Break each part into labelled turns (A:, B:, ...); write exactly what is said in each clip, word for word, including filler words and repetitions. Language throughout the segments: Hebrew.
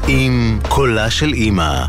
A: עם קולה של אמא.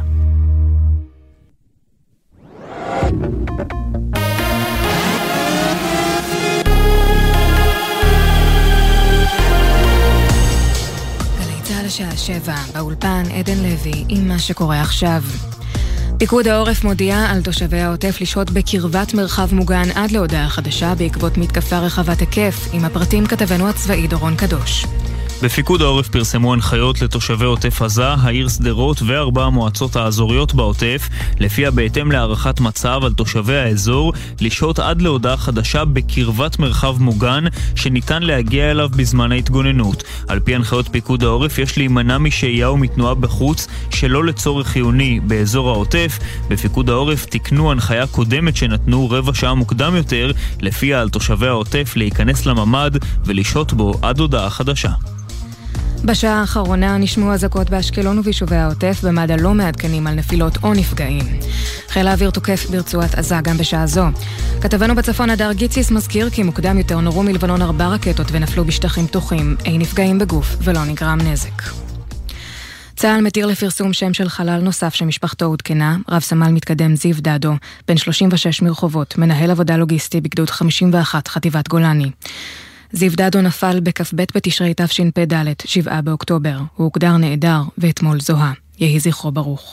B: לשעה שבע, באולפן עדן לוי עם מה שקורה עכשיו. פיקוד העורף מודיע על תושבי העוטף לשהות בקרבת מרחב מוגן עד להודעה חדשה בעקבות מתקפה רחבת היקף. עם הפרטים כתבנו הצבאי דורון קדוש.
C: בפיקוד העורף פרסמו הנחיות לתושבי עוטף עזה, העיר שדרות וארבע המועצות האזוריות בעוטף, לפיה בהתאם להערכת מצב על תושבי האזור לשהות עד להודעה חדשה בקרבת מרחב מוגן שניתן להגיע אליו בזמן ההתגוננות. על פי הנחיות פיקוד העורף יש להימנע משהייה ומתנועה בחוץ שלא לצורך חיוני באזור העוטף. בפיקוד העורף תקנו הנחיה קודמת שנתנו רבע שעה מוקדם יותר, לפיה על תושבי העוטף להיכנס לממד ולשהות בו עד הודעה חדשה.
B: בשעה האחרונה נשמעו אזעקות באשקלון וביישובי העוטף, במד"א לא מעדכנים על נפילות או נפגעים. חיל האוויר תוקף ברצועת עזה גם בשעה זו. כתבנו בצפון הדר גיציס מזכיר כי מוקדם יותר נורו מלבנון ארבע רקטות ונפלו בשטחים פתוחים. אין נפגעים בגוף ולא נגרם נזק. צה"ל מתיר לפרסום שם של חלל נוסף שמשפחתו עודכנה. רב סמל מתקדם זיו דדו, בן שלושים ושש מרחובות, מנהל עבודה לוגיסטי בגדוד חמישים ואחת חטיבת גולני. זיו דדו נפל בכ"ב בתשרי תשפ"ד, שבעה באוקטובר. הוא הוגדר נעדר ואתמול זוהה. יהי זכרו ברוך.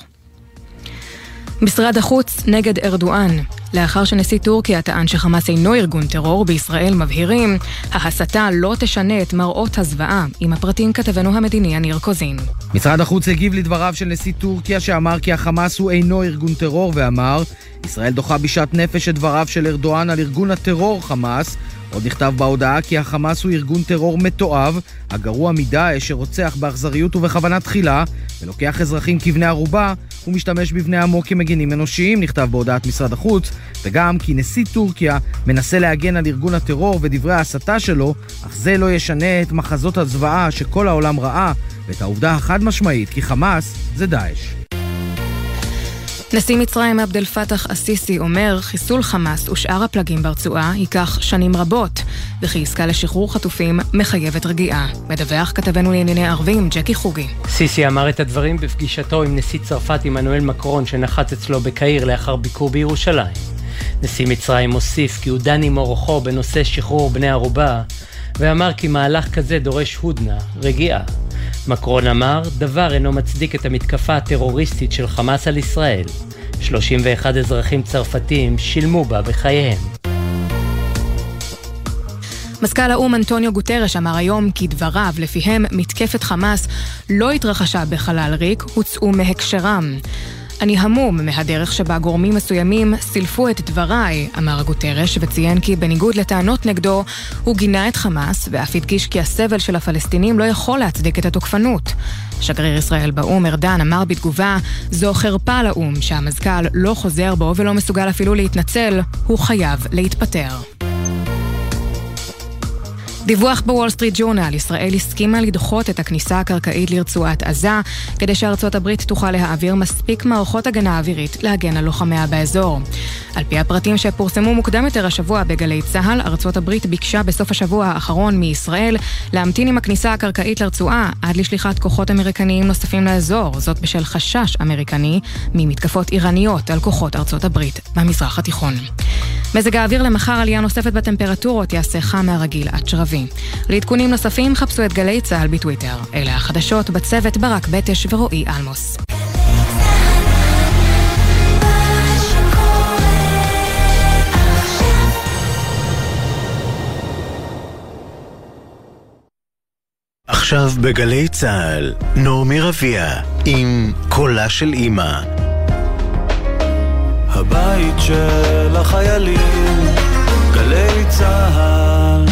B: משרד החוץ נגד ארדואן. לאחר שנשיא טורקיה טען שחמאס אינו ארגון טרור, בישראל מבהירים, ההסתה לא תשנה את מראות הזוועה. עם הפרטים כתבנו המדיני יניר קוזין.
D: משרד החוץ הגיב לדבריו של נשיא טורקיה שאמר כי החמאס הוא אינו ארגון טרור, ואמר, ישראל דוחה בשעת נפש את דבריו של ארדואן על ארגון הטרור חמאס. עוד נכתב בהודעה כי החמאס הוא ארגון טרור מתועב, הגרוע מדאעש שרוצח באכזריות ובכוונה תחילה, ולוקח אזרחים כבני ערובה, ומשתמש בבני עמו כמגינים אנושיים, נכתב בהודעת משרד החוץ, וגם כי נשיא טורקיה מנסה להגן על ארגון הטרור ודברי ההסתה שלו, אך זה לא ישנה את מחזות הזוועה שכל העולם ראה, ואת העובדה החד משמעית כי חמאס זה דאעש.
B: נשיא מצרים עבד אל פתח א-סיסי אומר, חיסול חמאס ושאר הפלגים ברצועה ייקח שנים רבות, וכי עסקה לשחרור חטופים מחייבת רגיעה. מדווח כתבנו לענייני ערבים ג'קי חוגי.
E: סיסי אמר את הדברים בפגישתו עם נשיא צרפת עמנואל מקרון שנחת אצלו בקהיר לאחר ביקור בירושלים. נשיא מצרים מוסיף כי הוא דן עם אורחו בנושא שחרור בני ערובה, ואמר כי מהלך כזה דורש הודנה, רגיעה. מקרון אמר, דבר אינו מצדיק את המתקפה הטרוריסטית של חמאס על ישראל. שלושים ואחד אזרחים צרפתים שילמו בה בחייהם.
B: מזכ"ל האו"ם אנטוניו גוטרש אמר היום כי דבריו לפיהם מתקפת חמאס לא התרחשה בחלל ריק, הוצאו מהקשרם. אני המום מהדרך שבה גורמים מסוימים סילפו את דבריי, אמר גוטרש, וציין כי בניגוד לטענות נגדו, הוא גינה את חמאס, ואף הדגיש כי הסבל של הפלסטינים לא יכול להצדיק את התוקפנות. שגריר ישראל באו"ם ארדן אמר בתגובה, זו חרפה לאו"ם שהמזכ"ל לא חוזר בו ולא מסוגל אפילו להתנצל, הוא חייב להתפטר. דיווח בוול סטריט ג'ורנל, ישראל הסכימה לדחות את הכניסה הקרקעית לרצועת עזה, כדי שארצות הברית תוכל להעביר מספיק מערכות הגנה אווירית להגן על לוחמיה באזור. על פי הפרטים שפורסמו מוקדם יותר השבוע בגלי צהל, ארצות הברית ביקשה בסוף השבוע האחרון מישראל להמתין עם הכניסה הקרקעית לרצועה עד לשליחת כוחות אמריקניים נוספים לאזור, זאת בשל חשש אמריקני ממתקפות איראניות על כוחות ארצות הברית במזרח התיכון. מזג האוויר למחר עלייה נוספת בטמפרטורות יעשה חם מהרגיל עד שרבי. לעדכונים נוספים חפשו את גלי צהל בטוויטר. אלה החדשות בצוות ברק בטש ורועי אלמוס.
A: עכשיו בגלי צהל, נעמי רביע עם קולה של אמא.
F: הבית של החיילים, גלי צהל.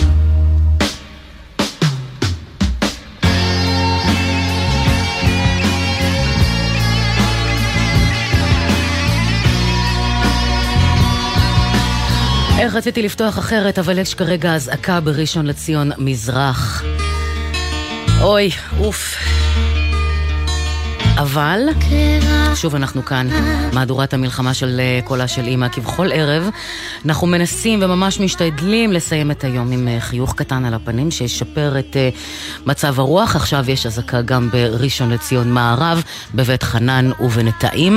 G: איך רציתי לפתוח אחרת, אבל יש כרגע אזעקה בראשון לציון מזרח. אוי, אוף. אבל שוב אנחנו כאן, מהדורת המלחמה של קולה של אמא, כבכל ערב אנחנו מנסים וממש משתדלים לסיים את היום עם חיוך קטן על הפנים שישפר את מצב הרוח. עכשיו יש אזעקה גם בראשון לציון מערב, בבית חנן ובנתאים.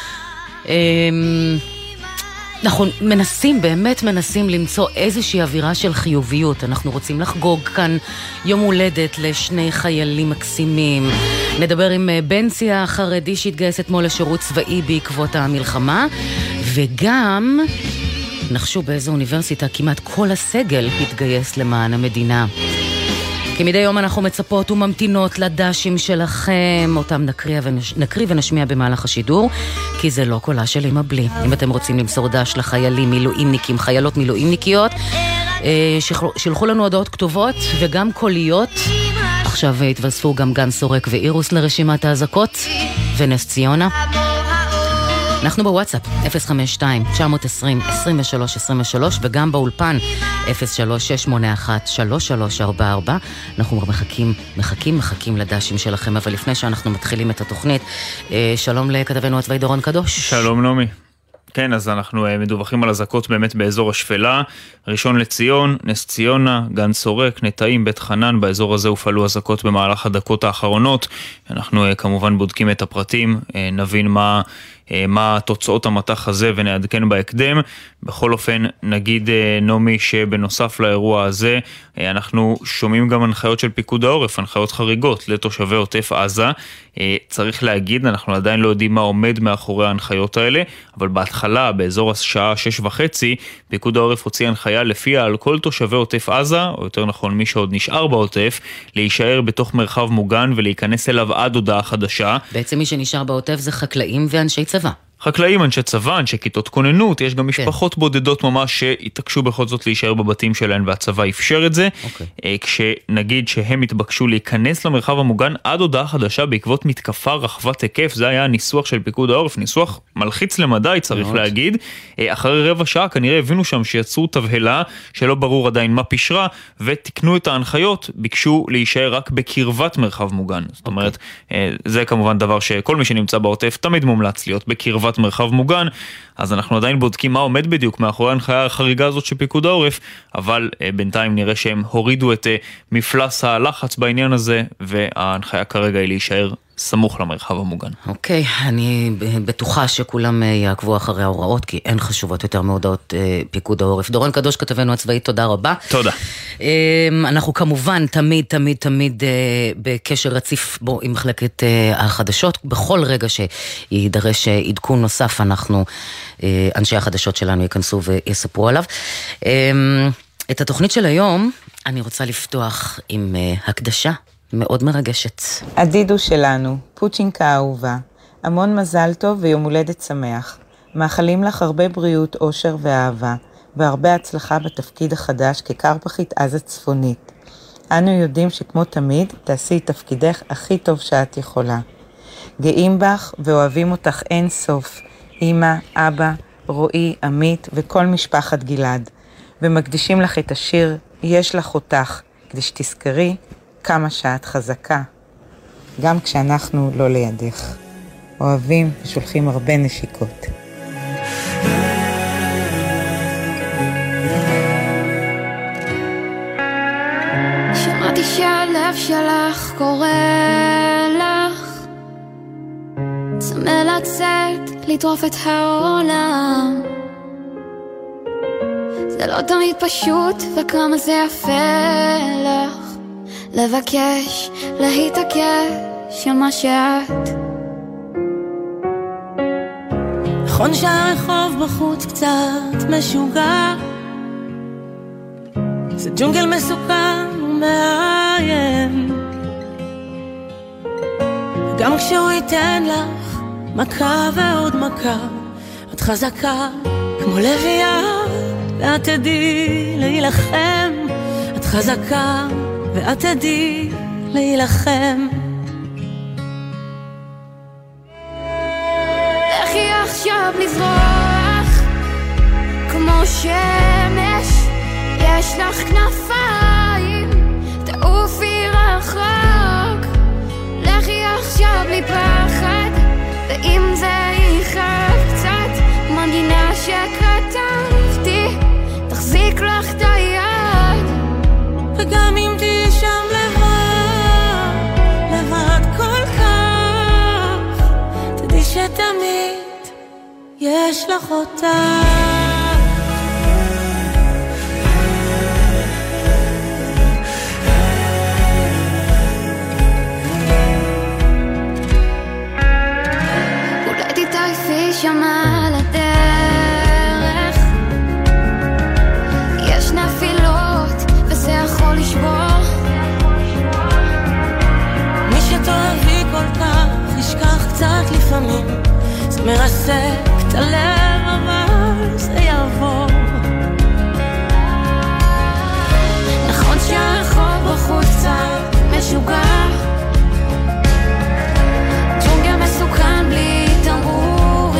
G: אנחנו מנסים, באמת מנסים למצוא איזושהי אווירה של חיוביות. אנחנו רוצים לחגוג כאן יום הולדת לשני חיילים מקסימים. נדבר עם בנצי החרדי שהתגייס אתמול לשירות צבאי בעקבות המלחמה, וגם נחשו באיזו אוניברסיטה כמעט כל הסגל התגייס למען המדינה. כמדי יום אנחנו מצפות וממתינות לדשים שלכם, אותם נקריא, ונש... נקריא ונשמיע במהלך השידור, כי זה לא קולה של אמא בלי. אם אתם רוצים למסור דש לחיילים, מילואימניקים, חיילות מילואימניקיות, שחל... שלחו לנו הודעות כתובות וגם קוליות. עכשיו התווספו גם גן סורק ואירוס לרשימת האזעקות, ונס ציונה. אנחנו בוואטסאפ אפס חמש שתיים תשע עשרים עשרים ושלוש עשרים ושלוש וגם באולפן אפס שלוש שש שמונה אחת שלוש שלוש ארבע ארבע. אנחנו מחכים, מחכים, מחכים לדשים שלכם, אבל לפני שאנחנו מתחילים את התוכנית, שלום לכתבנו הצבאי דורון קדוש.
C: שלום נעמי. כן, אז אנחנו מדווחים על אזעקות באמת באזור השפלה, ראשון לציון, נס ציונה, גן סורק, נתאים, בית חנן. באזור הזה הופעלו אזעקות במהלך הדקות האחרונות. אנחנו כמובן בודקים את הפרטים, נבין מה מה תוצאות המתח הזה ונעדכן בהקדם. בכל אופן נגיד נעמי שבנוסף לאירוע הזה אנחנו שומעים גם הנחיות של פיקוד העורף, הנחיות חריגות לתושבי עוטף עזה. צריך להגיד, אנחנו עדיין לא יודעים מה עומד מאחורי ההנחיות האלה, אבל בהתחלה באזור השעה שש וחצי פיקוד העורף הוציא הנחיה לפיה על כל תושבי עוטף עזה, או יותר נכון מי שעוד נשאר בעוטף, להישאר בתוך מרחב מוגן ולהיכנס אליו עד הודעה חדשה.
G: בעצם מי שנשאר בעוטף זה חקלאים ואנשי צבא.
C: חקלאים, אנשי צבא, אנשי כיתות כוננות, יש גם משפחות כן. בודדות ממש שהתעקשו בכל זאת להישאר בבתים שלהם והצבא אפשר את זה. אוקיי. כשנגיד שהם התבקשו להיכנס למרחב המוגן עד הודעה חדשה בעקבות מתקפה רחבת היקף, זה היה הניסוח של פיקוד העורף, ניסוח מלחיץ למדי צריך מאוד. להגיד. אחרי רבע שעה כנראה הבינו שם שיצרו תבהלה שלא ברור עדיין מה פשרה, ותקנו את ההנחיות, ביקשו להישאר רק בקרבת מרחב מוגן. זאת אומרת, אוקיי. זה כמובן דבר שכל מי שנמצא בעוטף תמיד מומלץ להיות בקרבת מרחב מוגן. אז אנחנו עדיין בודקים מה עומד בדיוק מאחורי ההנחיה החריגה הזאת של פיקוד העורף, אבל uh, בינתיים נראה שהם הורידו את uh, מפלס הלחץ בעניין הזה, וההנחיה כרגע היא להישאר סמוך למרחב המוגן.
G: אוקיי, okay, אני בטוחה שכולם יעקבו אחרי ההוראות, כי אין חשובות יותר מהודעות uh, פיקוד העורף. דורון קדוש, כתבנו הצבאי, תודה רבה.
C: תודה.
G: Uh, אנחנו כמובן תמיד, תמיד, תמיד uh, בקשר רציף בו עם מחלקת uh, החדשות. בכל רגע שידרש uh, עדכון נוסף, אנחנו, uh, אנשי החדשות שלנו ייכנסו ויספרו עליו. Uh, את התוכנית של היום אני רוצה לפתוח עם uh, הקדשה. מאוד מרגשת.
H: עדידו שלנו, פוצ'ינקה האהובה, המון מזל טוב ויום הולדת שמח. מאחלים לך הרבה בריאות, אושר ואהבה, והרבה הצלחה בתפקיד החדש כקרפחית עזה צפונית. אנו יודעים שכמו תמיד, תעשי את תפקידך הכי טוב שאת יכולה. גאים בך ואוהבים אותך אין סוף, אמא, אבא, רועי, עמית וכל משפחת גלעד. ומקדישים לך את השיר, יש לך אותך, כדי שתזכרי, כמה שאת חזקה, גם כשאנחנו לא לידך. אוהבים ושולחים הרבה נשיקות.
I: שמעתי שהלב שלך קורא לך, צמא לצאת, לטרוף את העולם. זה לא תמיד פשוט וכמה זה יפה לך לבקש, להתעקש על מה שאת.
J: נכון שהרחוב בחוץ קצת משוגע, זה ג'ונגל מסוכן ומאיים, גם כשהוא ייתן לך מכה ועוד מכה, את חזקה כמו לביאה, ואת תדעי להילחם. את חזקה ואת תדעי להילחם.
I: לכי עכשיו לזרוח כמו שמש, יש לך כנפיים, תעופי רחוק. לכי עכשיו בלי פחד, ואם זה ייחב קצת מנגינה שכתבתי תחזיק לך את היד
J: וגם אם תהי שם לבד לבד כל כך תדעי שתמיד יש לך אותה
I: שם על הדרך יש נפילות וזה יכול לשבור
J: מי שתאהבי כל כך ישכח קצת לפעמים זה מרסק את הלב אבל זה יעבור נכון שהרחוב בחוץ קצת משוגע ג'ונגל מסוכן בלי תמרור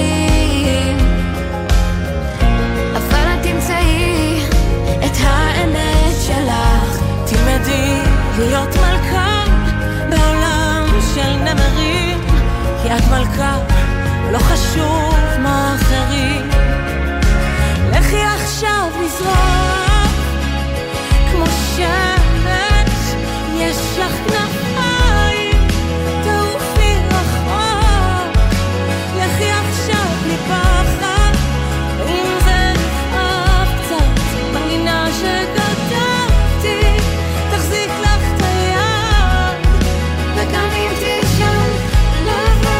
I: את האמת שלך
J: תלמדי להיות מלכה בעולם של נמרים כי את מלכה לא חשוב מה אחרים לכי עכשיו לזרוח כמו שמש יש לך כנפיים תעופי רחוק לכי עכשיו מפחד
I: שכתבתי תחזיק לך את היד וגם אם תשם לבד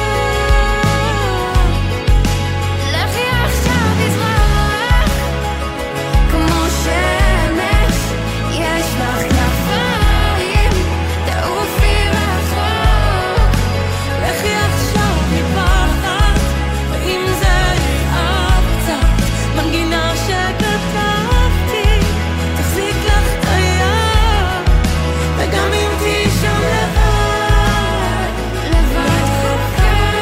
I: לכי עכשיו תזרח כמו שמש יש לך כנפיים תעופי רחוק
J: לכי עכשיו מפחד ואם זה יכאב קצת מנגינה שכתבתי וגם אם תהי שם לבד, לבד כל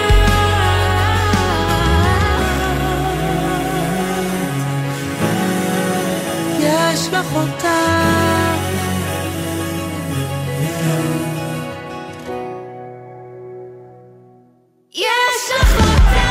J: כך יש לך אותה
I: יש לך אותה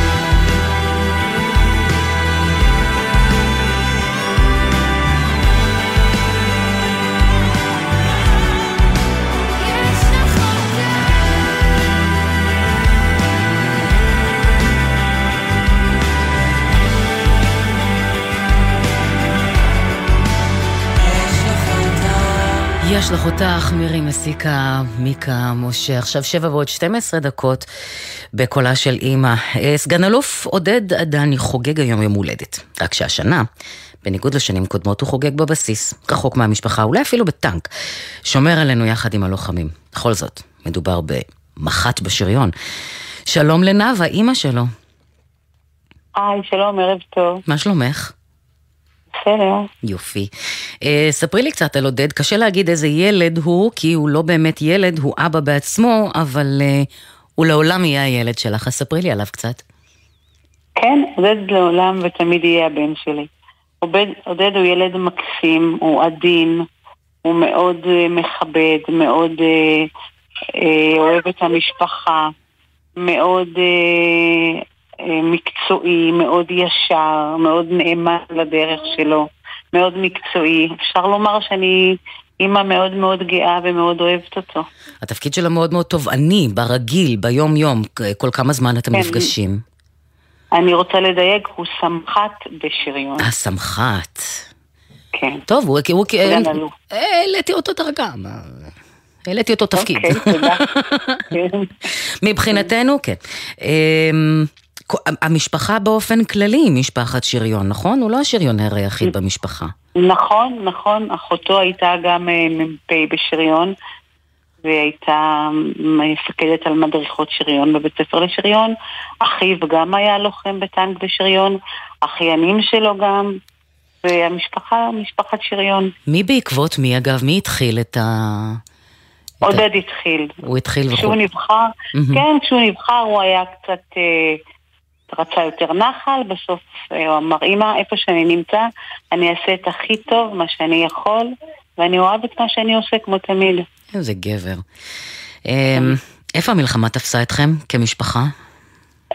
G: יש לך אותך, מירי מסיקה, מיקה, משה. עכשיו שבע ועוד שתים עשרה דקות בקולה של אימא. סגן אלוף עודד עדני חוגג היום יום הולדת. רק שהשנה, בניגוד לשנים קודמות, הוא חוגג בבסיס, רחוק מהמשפחה, אולי אפילו בטנק. שומר עלינו יחד עם הלוחמים. בכל זאת, מדובר במח"ט בשריון. שלום לנאווה, אימא שלו.
K: היי, שלום, ערב טוב.
G: מה שלומך?
K: בסדר.
G: יופי. אה, ספרי לי קצת על עודד, קשה להגיד איזה ילד הוא, כי הוא לא באמת ילד, הוא אבא בעצמו, אבל אה, הוא לעולם יהיה הילד שלך. אז ספרי לי עליו קצת.
K: כן, עודד לעולם ותמיד יהיה הבן שלי. עודד, עודד הוא ילד מקסים, הוא עדין, הוא מאוד אה, מכבד, מאוד אה, אה, אוהב את המשפחה, מאוד... אה, מקצועי, מאוד ישר, מאוד נאמן לדרך שלו, מאוד מקצועי. אפשר לומר שאני אימא מאוד מאוד גאה ומאוד אוהבת אותו.
G: התפקיד שלו מאוד מאוד תובעני, ברגיל, ביום יום. כל כמה זמן אתם נפגשים?
K: אני רוצה לדייק, הוא סמח"ט בשריון.
G: אה, סמח"ט.
K: כן.
G: טוב, הוא... העליתי אותו דרגה. העליתי אותו תפקיד.
K: אוקיי, תודה.
G: מבחינתנו, כן. המשפחה באופן כללי, משפחת שריון, נכון? הוא לא השריונר היחיד במשפחה.
K: נכון, נכון. אחותו הייתה גם מ"פ בשריון, והייתה מפקדת על מדריכות שריון בבית ספר לשריון. אחיו גם היה לוחם בטנק בשריון, אחיינים שלו גם, והמשפחה, משפחת שריון.
G: מי בעקבות מי, אגב? מי התחיל את ה...
K: עודד התחיל.
G: הוא התחיל וכו'.
K: כשהוא נבחר, כן, כשהוא נבחר הוא היה קצת... רצה יותר נחל, בסוף הוא אמר, אמא, איפה שאני נמצא, אני אעשה את הכי טוב, מה שאני יכול, ואני אוהב את מה שאני עושה כמו תמיד.
G: איזה גבר. איפה המלחמה תפסה אתכם כמשפחה?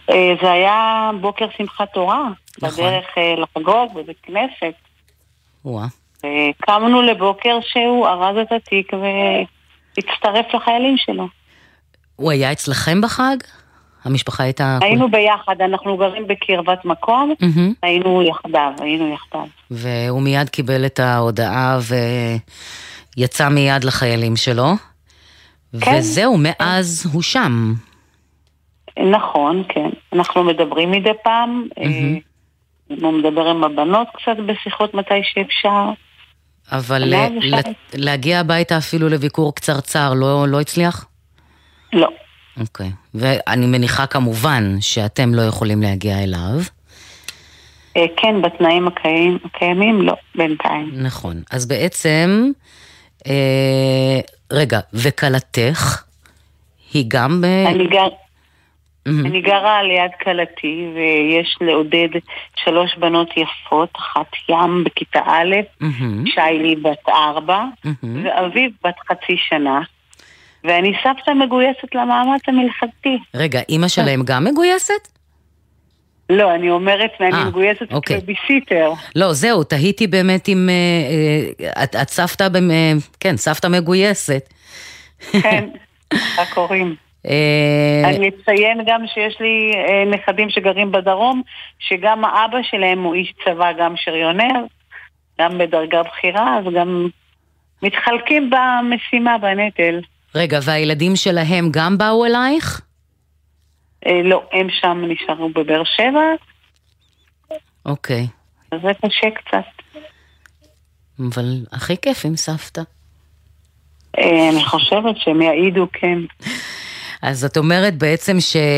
K: זה היה בוקר שמחת תורה,
G: נכון.
K: בדרך לחגוג בבית כנסת.
G: וואה.
K: קמנו לבוקר שהוא ארז את התיק והצטרף לחיילים שלו.
G: הוא היה אצלכם בחג? המשפחה הייתה...
K: היינו ביחד, אנחנו גרים בקרבת מקום,
G: Mm-hmm.
K: היינו יחדיו, היינו יחדיו.
G: והוא מיד קיבל את ההודעה ויצא מיד לחיילים שלו.
K: כן.
G: וזהו, מאז הוא שם.
K: נכון, כן. אנחנו מדברים מדי פעם,
G: Mm-hmm.
K: הוא מדבר עם הבנות קצת בשיחות מתי שאפשר.
G: אבל ל- ל- להגיע הביתה אפילו לביקור קצרצר, לא, לא הצליח?
K: לא.
G: אוקיי. ואני מניחה כמובן שאתם לא יכולים להגיע אליו.
K: כן, בתנאים הקיימים, הקיימים לא, בינתיים.
G: נכון. אז בעצם, אה, רגע, וקלתך, היא גם ב...
K: אני גר... אני גרה ליד קלתי, ויש לעודד שלוש בנות יפות, אחת ים בכיתה א', שיילי בת ארבע, ואביב בת חצי שנה, ואני סבתא מגויסת למאמץ המלחמתי.
G: רגע, אמא שלהם גם מגויסת?
K: לא, אני אומרת, ואני מגויסת כבייביסיטר.
G: לא, זהו, תהיתי באמת אם... את סבתא, כן, סבתא מגויסת.
K: כן, רק הורים. אני אציין גם שיש לי נכדים שגרים בדרום, שגם האבא שלהם הוא איש צבא, גם שריונר, גם בדרגה בחירה, אז גם מתחלקים במשימה, בנטל.
G: רגע, והילדים שלהם גם באו אלייך?
K: לא, הם שם נשארו בבאר שבע.
G: אוקיי.
K: אז זה קשה קצת.
G: אבל הכי כיף עם סבתא.
K: אני חושבת שהם יעידו, כן.
G: אז את אומרת בעצם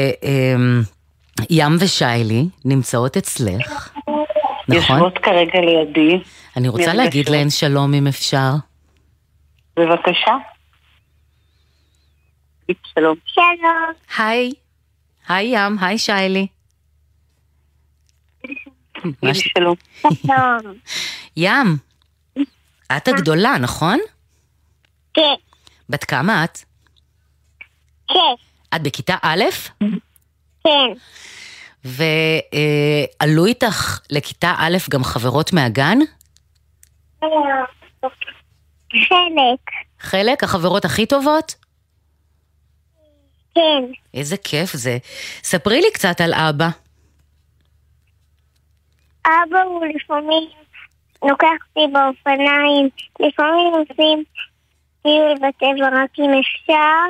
G: שים ושיילי נמצאות אצלך, נכון?
K: יושבות כרגע לידי.
G: אני רוצה להגיד להן שלום אם אפשר.
K: בבקשה. שלום.
I: שלום.
G: היי. היי ים, היי שיילי.
K: שלום.
I: שלום.
G: ים, את הגדולה, נכון?
I: כן.
G: בת כמה את?
I: כן.
G: את בכיתה א'?
I: כן.
G: ועלו איתך לכיתה א' גם חברות מהגן?
I: חלק.
G: חלק? החברות הכי טובות?
I: כן.
G: איזה כיף זה. ספרי לי קצת על אבא.
I: אבא הוא לפעמים לוקח אותי באופניים, לפעמים עושים טיול בטבע רק אם אפשר,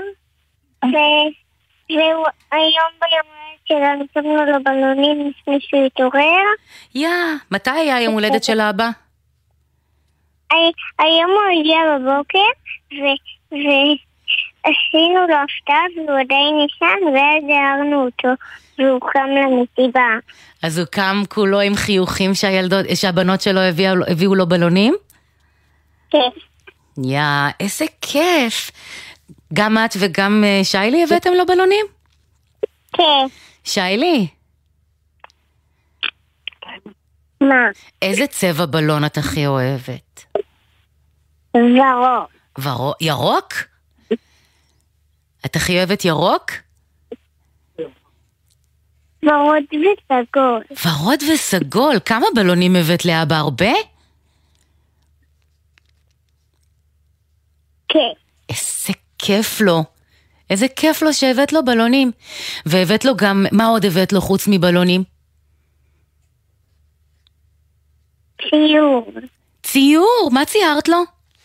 I: והוא היום ביום הולדת שלנו שמנו לו בלונים לפני שהוא התעורר.
G: יא, מתי היה היום הולדת של אבא?
I: היום הוא הגיע בבוקר ועשינו לו הפתעה והוא עדיין ישן, ואז הערנו אותו והוא קם למסיבה.
G: אז הוא קם כולו עם חיוכים שהילדות, שהבנות שלו הביאו, הביאו לו בלונים?
I: כן.
G: יא, איזה כיף. גם את וגם שיילי הבאתם לו בלונים?
I: כן.
G: שיילי?
I: מה?
G: איזה צבע בלון את הכי אוהבת?
I: ורוק.
G: ורוק? ירוק? את הכי אוהבת ירוק?
I: ורוד וסגול.
G: ורוד וסגול. כמה בלונים הבאת לאבא? הרבה?
I: כן.
G: איזה כיף לו. איזה כיף לו שהבאת לו בלונים. והבאת לו גם, מה עוד הבאת לו חוץ מבלונים?
I: ציור.
G: ציור? מה ציירת לו?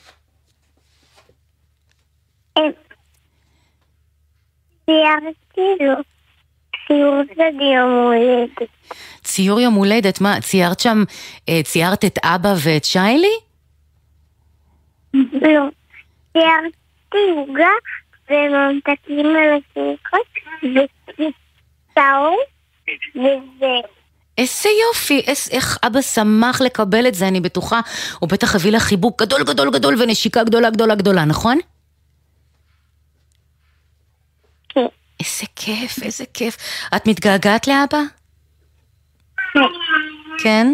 I: ציירתי לו. ציור צד יום הולדת.
G: ציור יום הולדת? מה, ציירת שם, ציירת את אבא ואת שיילי?
I: לא. ציירתי עוגה וממתקים על הסריקות וקיצאו וזה.
G: איזה יופי, איזה, איך אבא שמח לקבל את זה, אני בטוחה. הוא בטח הביא לה חיבוק גדול גדול גדול ונשיקה גדולה גדולה גדולה, נכון?
I: כן.
G: איזה כיף, איזה כיף. את מתגעגעת לאבא? כן?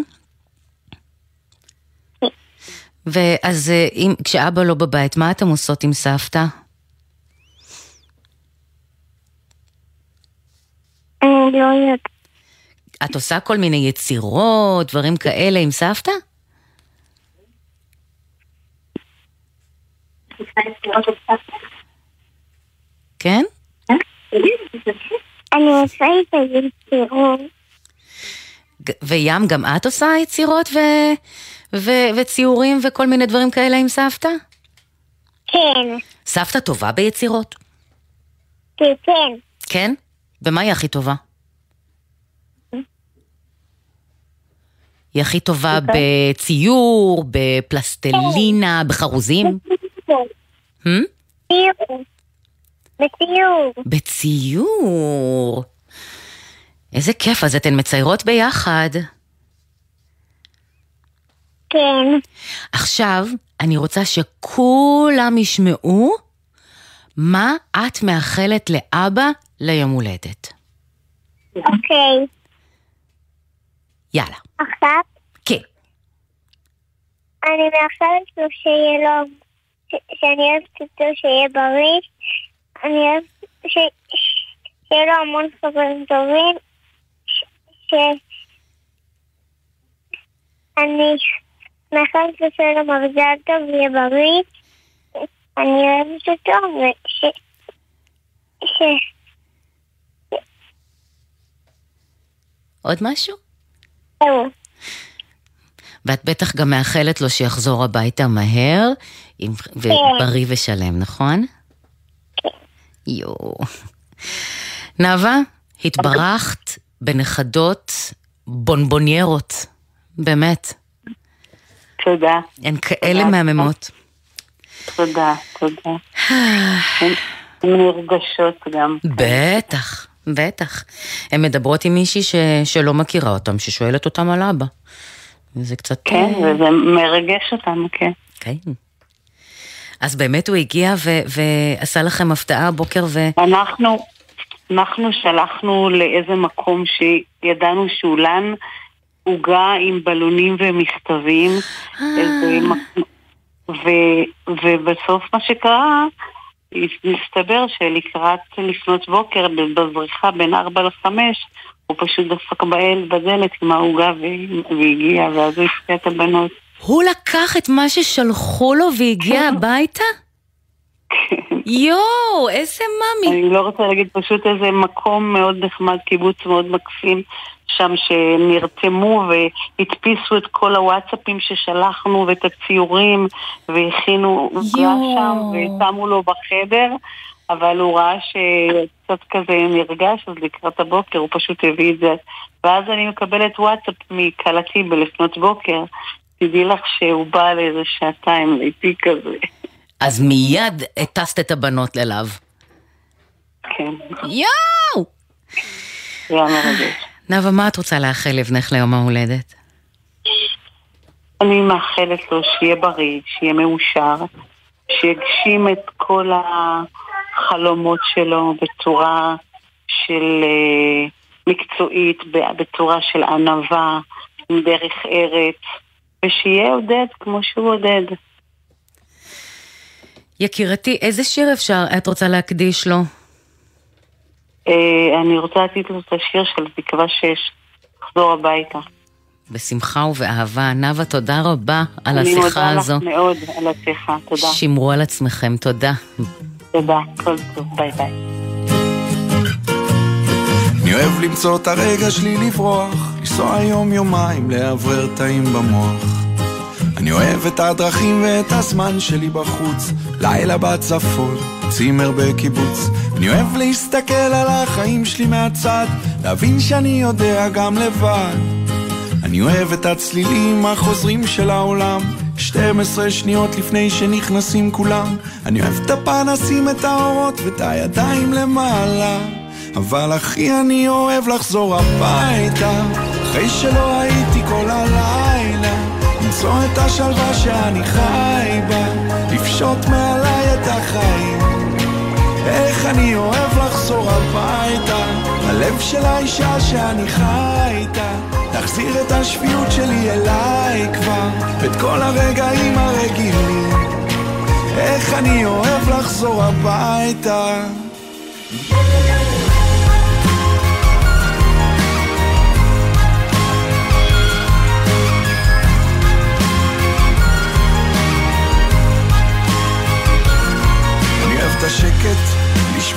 G: ואז אם, כשאבא לא בבית, מה אתם עושות עם סבתא?
L: אני לא יודעת.
G: את עושה כל מיני יצירות, דברים כאלה עם סבתא? כן?
L: אני עושה את היצירות.
G: וים, גם את עושה יצירות ו- ו- וציורים וכל מיני דברים כאלה עם סבתא?
L: כן.
G: סבתא טובה ביצירות?
L: כן.
G: כן? ומה היא הכי טובה? היא הכי טובה בציור, בפלסטלינה, בחרוזים?
L: בציור. בציור.
G: בציור. איזה כיף, אז אתן מציירות ביחד.
L: כן.
G: עכשיו, אני רוצה שכולם ישמעו מה את מאחלת לאבא ליום הולדת.
L: אוקיי.
G: יאללה.
L: עכשיו?
G: כן.
L: אני מאחלת לו שיהיה לו, ש- שאני אוהבת אותו, שיהיה בריא. אני אוהבת ש- שיהיה לו המון חברים טובים. ש... אני מאחלת לו שיהיה לו מזל טוב ויהיה בריא. אני אוהבת אותו וש... ש...
G: עוד משהו?
L: זהו.
G: ואת בטח גם מאחלת לו שיחזור הביתה מהר, עם... ובריא ושלם, נכון?
L: כן.
G: יו. נאווה, התברכת בנכדות בונבוניירות, באמת.
K: תודה.
G: הן כאלה מהממות.
K: תודה, תודה. הן נרגשות גם.
G: בטח, בטח. הן מדברות עם מישהי ש... שלא מכירה אותם, ששואלת אותם על אבא. זה קצת...
K: כן, וזה מרגש אותנו, כן.
G: כן. אז באמת הוא הגיע ו... ועשה לכם הפתעה הבוקר ו...
K: אנחנו, אנחנו שלחנו לאיזה מקום שידענו שאולן הוגה עם בלונים ומכתבים, איזה מקום... ו, ובסוף מה שקרה, מסתבר שלקראת לפנות בוקר בזריחה בין ארבע לחמש, הוא פשוט דפק באל בדלת עם ההוגה והגיע, ואז הוא הפתיע את הבנות.
G: הוא לקח את מה ששלחו לו והגיע הביתה? יואו, איזה ממי.
K: אני לא רוצה להגיד, פשוט איזה מקום מאוד נחמד, קיבוץ מאוד מקסים, שם שנרתמו והדפיסו את כל הוואטסאפים ששלחנו ואת הציורים והכינו עוגה שם ושמו לו בחדר, אבל הוא ראה שקצת כזה נרגש, אז לקראת הבוקר הוא פשוט הביא את זה. ואז אני מקבלת וואטסאפ מקלתי בלפנות בוקר, תדעי לך שהוא בא לאיזה שעתיים לאיתי כזה.
G: אז מיד הטסת את הבנות ללב.
K: כן.
G: יואו!
K: זה היה מרגש.
G: נאווה, מה את רוצה לאחל לבנך ליום ההולדת?
K: אני מאחלת לו שיהיה בריא, שיהיה מאושר, שיגשים את כל החלומות שלו בצורה של מקצועית, בצורה של ענווה, עם דרך ארץ, ושיהיה עודד כמו שהוא עודד.
G: יקירתי, איזה שיר אפשר, את רוצה להקדיש לו?
K: אני רוצה לתת לו את השיר של תקווה שש, לחזור הביתה.
G: בשמחה ובאהבה. נאווה, תודה רבה על השיחה הזו.
K: אני מודה לך מאוד על השיחה, תודה.
G: שמרו על עצמכם, תודה.
K: תודה, כל טוב, ביי ביי.
F: אני אוהב למצוא את הרגע שלי לברוח, לנסוע יום יומיים לעבר תאים במוח. אני אוהב את הדרכים ואת הזמן שלי בחוץ, לילה בצפון, צימר בקיבוץ. אני אוהב להסתכל על החיים שלי מהצד, להבין שאני יודע גם לבד. אני אוהב את הצלילים החוזרים של העולם, שתים עשרה שניות לפני שנכנסים כולם. אני אוהב את הפנסים, את האורות ואת הידיים למעלה, אבל הכי אני אוהב לחזור הביתה, אחרי שלא הייתי כל הלילה, למצוא את השלווה שאני חי בה, לפשוט מעליי את החיים. איך אני אוהב לחזור הביתה, הלב של האישה שאני חי איתה, להחזיר את השפיות שלי אליי כבר, ואת כל הרגעים הרגילים. איך אני אוהב לחזור הביתה.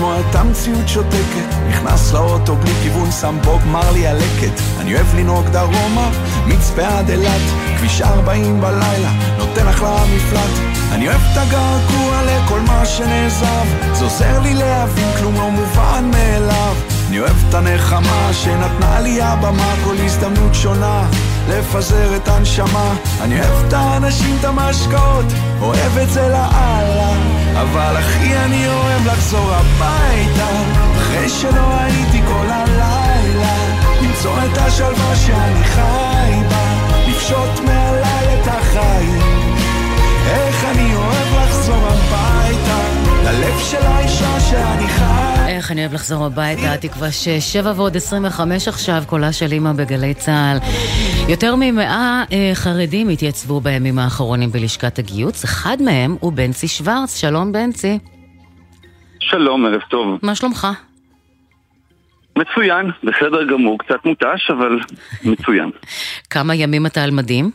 F: לשמוע את המציאות שותקת, נכנס לאוטו בלי כיוון, שם בוב מרלי הלקט. אני אוהב לנהוג דרומה, מצפה עד אילת, כביש ארבעים בלילה, נותן אחלה מפלט. אני אוהב את הגעגוע לכל מה שנעזב, זה עוזר לי להבין כלום לא מובן מאליו. אני אוהב את הנחמה שנתנה לי הבמה, כל הזדמנות שונה לפזר את הנשמה. אני אוהב את האנשים, את המשקעות, אוהב את זה לאללה, אבל אחי אני אוהב לחזור הביתה, אחרי שלא הייתי כל הלילה, למצוא את השלווה שאני חי בה, לפשוט מעליי את החיים. איך אני אוהב לחזור הביתה, ללב של האישה שאני חי.
G: איך אני אוהב לחזור הביתה, תקווה שש, שבע ועוד עשרים וחמש עכשיו, קולה של אמא בגלי צהל. יותר ממאה אה, חרדים התייצבו בימים האחרונים בלשכת הגיוץ, אחד מהם הוא בנצי שוורץ. שלום בנצי.
M: שלום, ערב טוב.
G: מה שלומך?
M: מצוין, בסדר גמור, קצת מוטש, אבל מצוין.
G: כמה ימים אתה על מדים?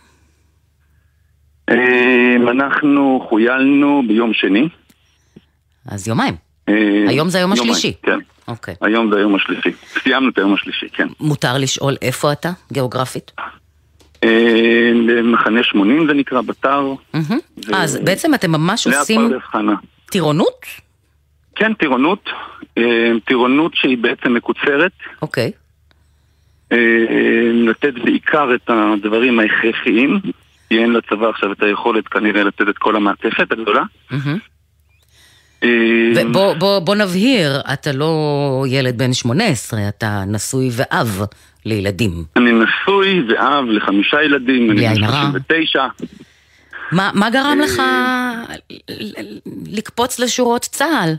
M: אנחנו חויילנו ביום שני.
G: אז יומיים. היום זה היום השלישי.
M: כן.
G: אוקיי.
M: היום זה היום השלישי. סיימנו את היום השלישי, כן.
G: מותר לשאול איפה אתה, גיאוגרפית?
M: במחנה שמונים זה נקרא, בתר.
G: אז בעצם אתם ממש עושים טירונות?
M: כן, טירונות. טירונות שהיא בעצם מקוצרת.
G: אוקיי.
M: לתת בעיקר את הדברים ההכרחיים. כי אין לצבא עכשיו את היכולת כנראה לתת את כל המעטפת הגדולה.
G: ובוא בוא, בוא נבהיר, אתה לא ילד בן שמונה עשרה, אתה נשוי ואב לילדים.
M: אני נשוי ואב לחמישה ילדים, אני בן שלושים ותשע.
G: מה, מה גרם לך לקפוץ לשורות צה"ל?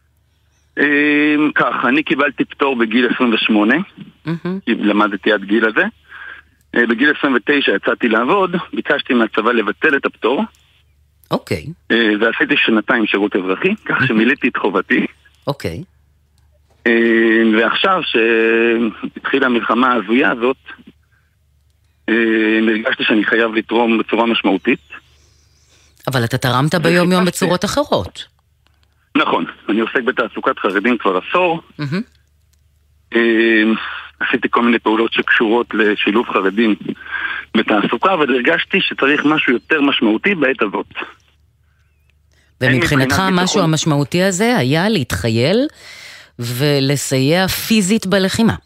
M: כך, אני קיבלתי פטור בגיל עשרים ושמונה, כי למדתי עד גיל הזה. בגיל עשרים ותשע יצאתי לעבוד, ביקשתי מהצבא לבטל את הפטור.
G: אוקיי.
M: ועשיתי שנתיים שירות אזרחי, כך שמילאתי את חובתי.
G: אוקיי.
M: ועכשיו שהתחילה המלחמה ההזויה הזאת, הרגשתי שאני חייב לתרום בצורה משמעותית.
G: אבל אתה תרמת ביום יום בצורות אחרות.
M: נכון, אני עוסק בתעסוקת חרדים כבר עשור. עשיתי כל מיני פעולות שקשורות לשילוב חרדים בתעסוקה, אבל הרגשתי שצריך משהו יותר משמעותי בעת הזאת.
G: ומבחינתך המשהו המשמעותי הזה היה להתחייל ולסייע פיזית בלחימה.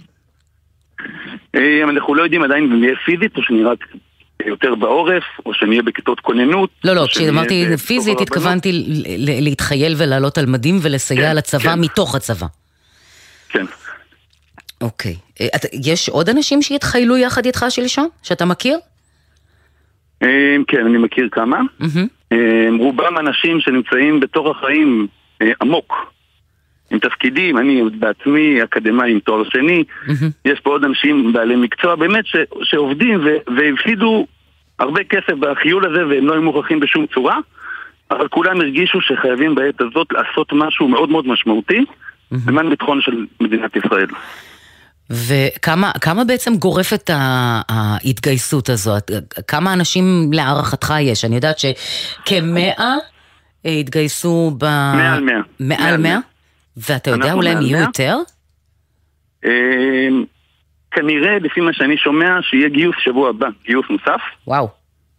M: אנחנו לא יודעים עדיין אם נהיה פיזית או שנהיה רק יותר בעורף, או שנהיה בכיתות כוננות.
G: לא, לא, כשאמרתי פיזית התכוונתי להתחייל ולעלות על מדים ולסייע לצבא מתוך הצבא.
M: כן.
G: אוקיי. יש עוד אנשים שהתחיילו יחד איתך שלשום, שאתה מכיר?
M: כן, אני מכיר כמה. רובם אנשים שנמצאים בתוך החיים עמוק, עם תפקידים, אני בעצמי אקדמאי עם תואר שני, יש פה עוד אנשים בעלי מקצוע באמת שעובדים והפסידו הרבה כסף בחיול הזה והם לא היו מוכרחים בשום צורה, אבל כולם הרגישו שחייבים בעת הזאת לעשות משהו מאוד מאוד משמעותי למען ביטחון של מדינת ישראל.
G: וכמה כמה בעצם גורפת ההתגייסות הזאת? כמה אנשים להערכתך יש? אני יודעת שכמאה התגייסו ב...
M: מעל מאה.
G: מעל מאה? ואתה יודע אולי הם יהיו יותר?
M: כנראה, לפי מה שאני שומע, שיהיה גיוס שבוע הבא, גיוס נוסף.
G: וואו.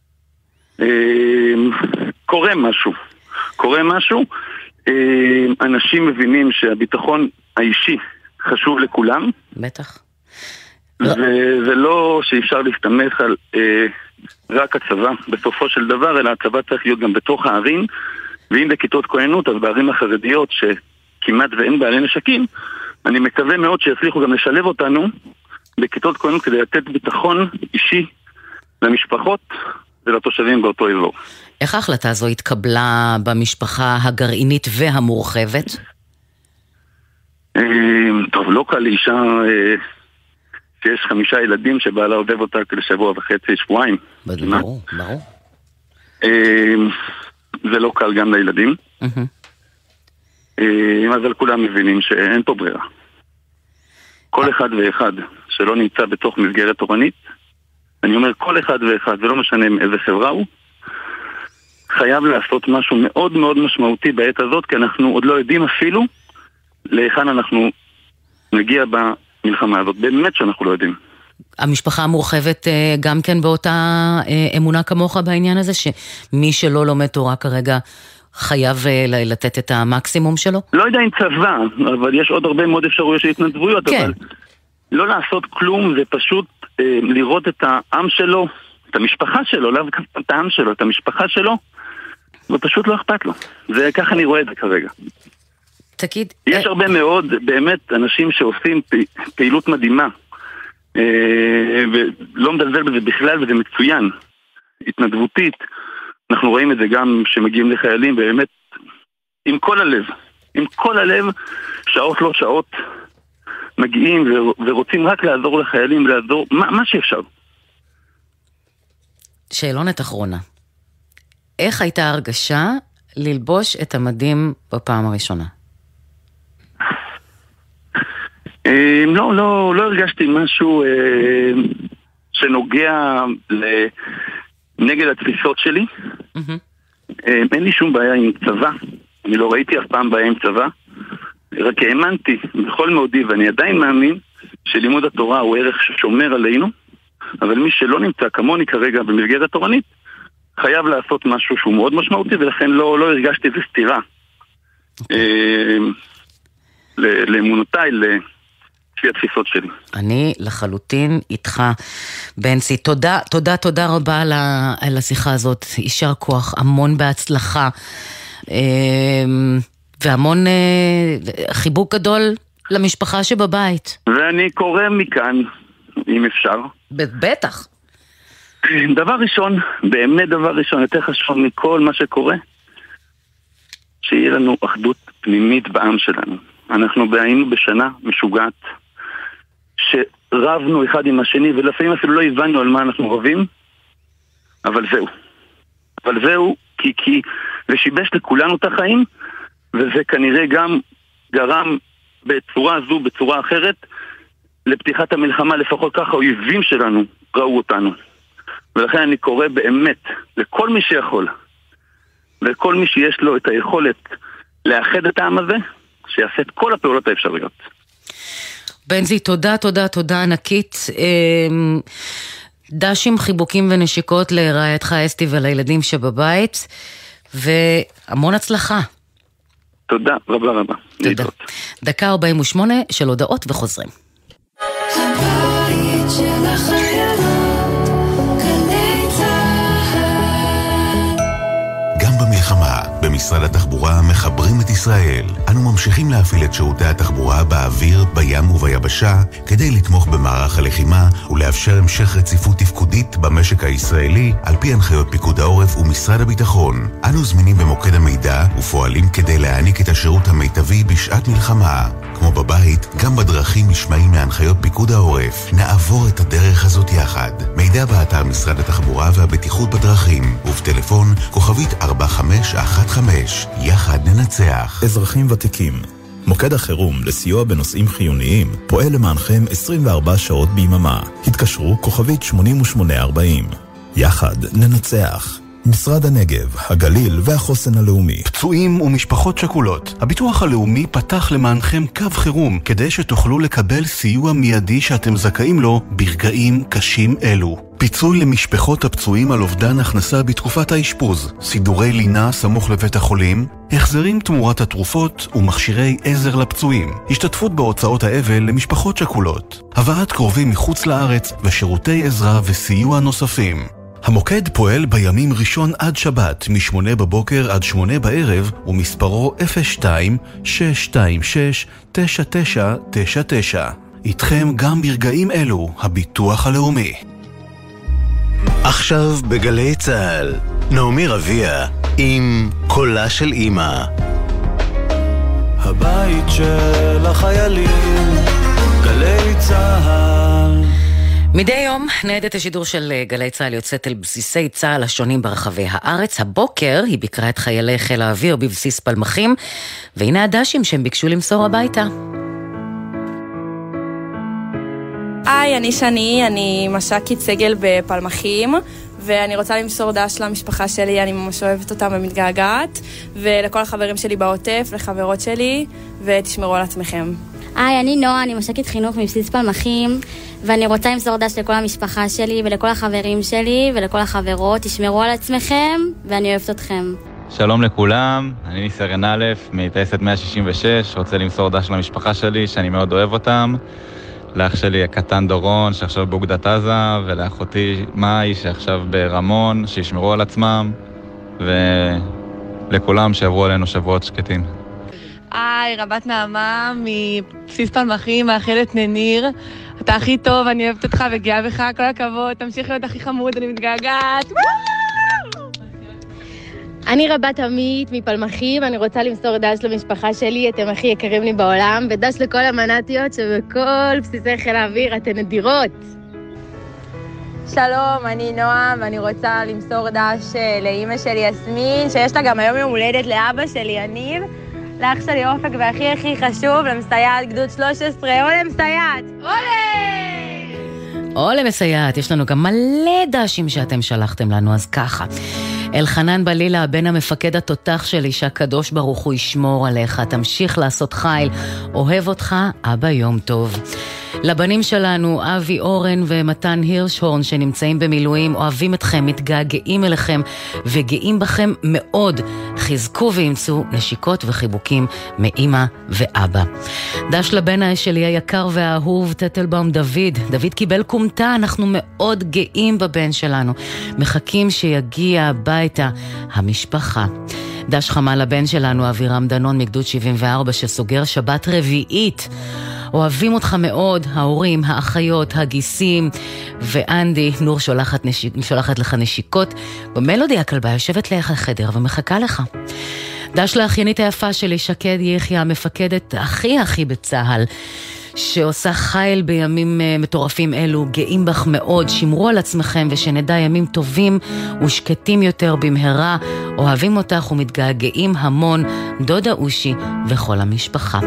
M: קורה משהו. קורה משהו. אנשים מבינים שהביטחון האישי חשוב לכולם.
G: בטח.
M: וזה לא שאפשר להסתמך על אה, רק הצבא בסופו של דבר, אלא הצבא צריך להיות גם בתוך הערים, ואם בכיתות כהנות, אז בערים החרדיות שכמעט ואין בעלי נשקים, אני מקווה מאוד שיצליחו גם לשלב אותנו בכיתות כהנות כדי לתת ביטחון אישי למשפחות ולתושבים באותו אזור.
G: איך ההחלטה הזו התקבלה במשפחה הגרעינית והמורחבת?
M: טוב, לא קל לאישה שיש חמישה ילדים שבעלה עודב אותה כשבוע וחצי, שבועיים.
G: ברור, ברור.
M: זה לא קל גם לילדים. אבל כולם מבינים שאין פה ברירה. כל אחד ואחד שלא נמצא בתוך מסגרת תורנית, אני אומר כל אחד ואחד, ולא משנה מאיזה חברה הוא, חייב לעשות משהו מאוד מאוד משמעותי בעת הזאת, כי אנחנו עוד לא יודעים אפילו להיכן אנחנו נגיע במלחמה הזאת. באמת שאנחנו לא יודעים.
G: המשפחה המורחבת גם כן באותה אמונה כמוך בעניין הזה, שמי שלא לומד תורה כרגע חייב לתת את המקסימום שלו?
M: לא יודע אם צבא, אבל יש עוד הרבה מאוד אפשרויות של התנדבויות, כן. אבל לא לעשות כלום, זה פשוט אה, לראות את העם שלו, את המשפחה שלו, לא את העם שלו, את המשפחה שלו, ופשוט לא אכפת לו. זה ככה אני רואה את זה כרגע.
G: תגיד...
M: יש
G: אה...
M: הרבה מאוד, באמת, אנשים שעושים פ... פעילות מדהימה, אה, ולא מדלזל בזה בכלל, וזה מצוין, התנדבותית. אנחנו רואים את זה גם שמגיעים לחיילים, באמת, עם כל הלב, עם כל הלב, שעות לא שעות, מגיעים ורוצים רק לעזור לחיילים, לעזור, מה, מה שאפשר.
G: שאלונת אחרונה. איך הייתה הרגשה ללבוש את המדים בפעם הראשונה?
M: לא, לא, לא הרגשתי משהו שנוגע נגד התפיסות שלי. אין לי שום בעיה עם צבא. אני לא ראיתי אף פעם בעיה עם צבא. רק האמנתי בכל מאודי, ואני עדיין מאמין שלימוד התורה הוא ערך ששומר עלינו, אבל מי שלא נמצא כמוני כרגע במסגרת תורנית, חייב לעשות משהו שהוא מאוד משמעותי, ולכן לא, לא הרגשתי איזו סתירה לאמונותיי, לפי התפיסות שלי.
G: אני לחלוטין איתך, בנצי. תודה, תודה, תודה רבה על השיחה הזאת. יישר כוח, המון בהצלחה. והמון חיבוק גדול למשפחה שבבית.
M: ואני קורא מכאן, אם אפשר.
G: בטח.
M: דבר ראשון, באמת דבר ראשון, יותר חשוב מכל מה שקורה, שיהיה לנו אחדות פנימית בעם שלנו. אנחנו היינו בשנה משוגעת, שרבנו אחד עם השני, ולפעמים אפילו לא הבנו על מה אנחנו רבים, אבל זהו. אבל זהו, כי, כי זה שיבש לכולנו את החיים, וזה כנראה גם גרם בצורה זו, בצורה אחרת, לפתיחת המלחמה, לפחות ככה האויבים שלנו ראו אותנו. ולכן אני קורא באמת לכל מי שיכול, לכל מי שיש לו את היכולת לאחד את העם הזה, שיעשה את כל הפעולות האפשריות.
G: בנזי, תודה, תודה, תודה ענקית. דשים, חיבוקים ונשיקות לרעייתך אסתי ולילדים שבבית, והמון הצלחה.
M: תודה רבה רבה.
G: תודה. דקה ארבעים ושמונה של הודעות וחוזרים.
J: הבית של החיילות, גלי צהל.
A: גם במלחמה, במשרד התחבורה מחברים את ישראל. אנו ממשיכים להפעיל את שירותי התחבורה באוויר, בים וביבשה, כדי לתמוך במערך הלחימה ולאפשר המשך רציפות תפקודית במשק הישראלי, על פי הנחיות פיקוד העורף ומשרד הביטחון. אנו זמינים במוקד המידע ופועלים כדי להעניק את השירות המיטבי בשעת מלחמה. כמו בבית, גם בדרכים נשמעים מהנחיות פיקוד העורף. נעבור את הדרך הזאת יחד. מידע באתר משרד התחבורה והבטיחות בדרכים, ובטלפון כוכבית ארבע חמש אחת חמש. יחד ננצח.
N: אזרחים ותיקים, מוקד החירום לסיוע בנושאים חיוניים פועל למענכם עשרים וארבע שעות ביממה. התקשרו כוכבית שמונים ושמונה ארבעים. יחד ננצח. משרד הנגב, הגליל והחוסן הלאומי.
A: פצועים ומשפחות שכולות. הביטוח הלאומי פתח למענכם קו חירום, כדי שתוכלו לקבל סיוע מיידי שאתם זכאים לו ברגעים קשים אלו. פיצוי למשפחות הפצועים על אובדן הכנסה בתקופת האשפוז, סידורי לינה סמוך לבית החולים, החזרים תמורת התרופות ומכשירי עזר לפצועים, השתתפות בהוצאות האבל למשפחות שכולות, הבאת קרובים מחוץ לארץ ושירותי עזרה וסיוע נוספים. המוקד פועל בימים ראשון עד שבת, משמונה בבוקר עד שמונה בערב, ומספרו אפס שתיים שש שתיים שש תשע תשע תשע תשע. איתכם גם ברגעים אלו, הביטוח הלאומי.
O: עכשיו בגלי צהל, נעמי רביע עם קולה של אמא.
P: הבית של החיילים, גלי צהל.
G: מדי יום ניידת השידור של גלי צהל יוצאת אל בסיסי צהל השונים ברחבי הארץ. הבוקר היא ביקרה את חיילי חיל האוויר בבסיס פלמחים, והנה הדשים שהם ביקשו למסור הביתה.
Q: היי, אני שני, אני מש"קית סגל בפלמחים, ואני רוצה למסור דש למשפחה שלי, אני ממש אוהבת אותם ומתגעגעת, ולכל החברים שלי בעוטף, לחברות שלי, ותשמרו על עצמכם.
R: היי, אני נועה, אני משקית חינוך מבסיס פלמחים, ואני רוצה למסור דש לכל המשפחה שלי ולכל החברים שלי ולכל החברות. תשמרו על עצמכם, ואני אוהבת אתכם.
S: שלום לכולם, אני ניסרן א' מטייסת מאה שישים ושש, רוצה למסור דש למשפחה שלי שאני מאוד אוהב אותם, לאח שלי הקטן דורון שעכשיו באוגדת עזה, ולאחותי מאי שעכשיו ברמון, שישמרו על עצמם, ולכולם שעברו עלינו שבועות שקטים.
T: היי, רבת נעמה מבסיס פלמחים, מאחלת נניר. אתה הכי טוב, אני אוהבת אותך וגאה בך, כל הכבוד, תמשיך להיות הכי חמוד, אני מתגעגעת.
U: אני רבת עמית מפלמחים, אני רוצה למסור דש למשפחה שלי, אתם הכי יקרים לי בעולם, ודש לכל המנתיות שבכל בסיסי חיל האוויר אתן נדירות.
V: שלום, אני נועה, ואני רוצה למסור דש לאמא שלי יסמין, שיש לה גם היום יום הולדת לאבא שלי יניב, לאח שלי אופק, והכי הכי חשוב, למסייעת גדוד שלוש עשרה, או למסייעת!
G: או למסייעת, יש לנו גם מלא דשים שאתם שלחתם לנו, אז ככה. אלחנן בלילה, הבן המפקד התותח שלי, שהקדוש ברוך הוא ישמור עליך, תמשיך לעשות חיל, אוהב אותך, אבא יום טוב. לבנים שלנו, אבי אורן ומתן הירשהורן שנמצאים במילואים, אוהבים אתכם, מתגעגעים אליכם וגאים בכם מאוד. חזקו וימצאו נשיקות וחיבוקים מאמא ואבא. דש לבן שלי היקר והאהוב, טטלבאום דוד. דוד קיבל קומתה, אנחנו מאוד גאים בבן שלנו. מחכים שיגיע הביתה המשפחה. דש חמה לבן שלנו, אבירם דנון מגדוד שבעים וארבע, שסוגר שבת רביעית. אוהבים אותך מאוד, ההורים, האחיות, הגיסים, ואנדי, נור שולחת, נשיק, שולחת לך נשיקות. במלודי הכלבה יושבת ליך לחדר ומחכה לך. דש לאחיינית היפה שלי, שקד יחיה, המפקדת הכי הכי בצהל, שעושה חיל בימים מטורפים אלו, גאים בך מאוד, שמרו על עצמכם ושנדע ימים טובים ושקטים יותר במהרה, אוהבים אותך ומתגעגעים המון, דודה אושי וכל המשפחה.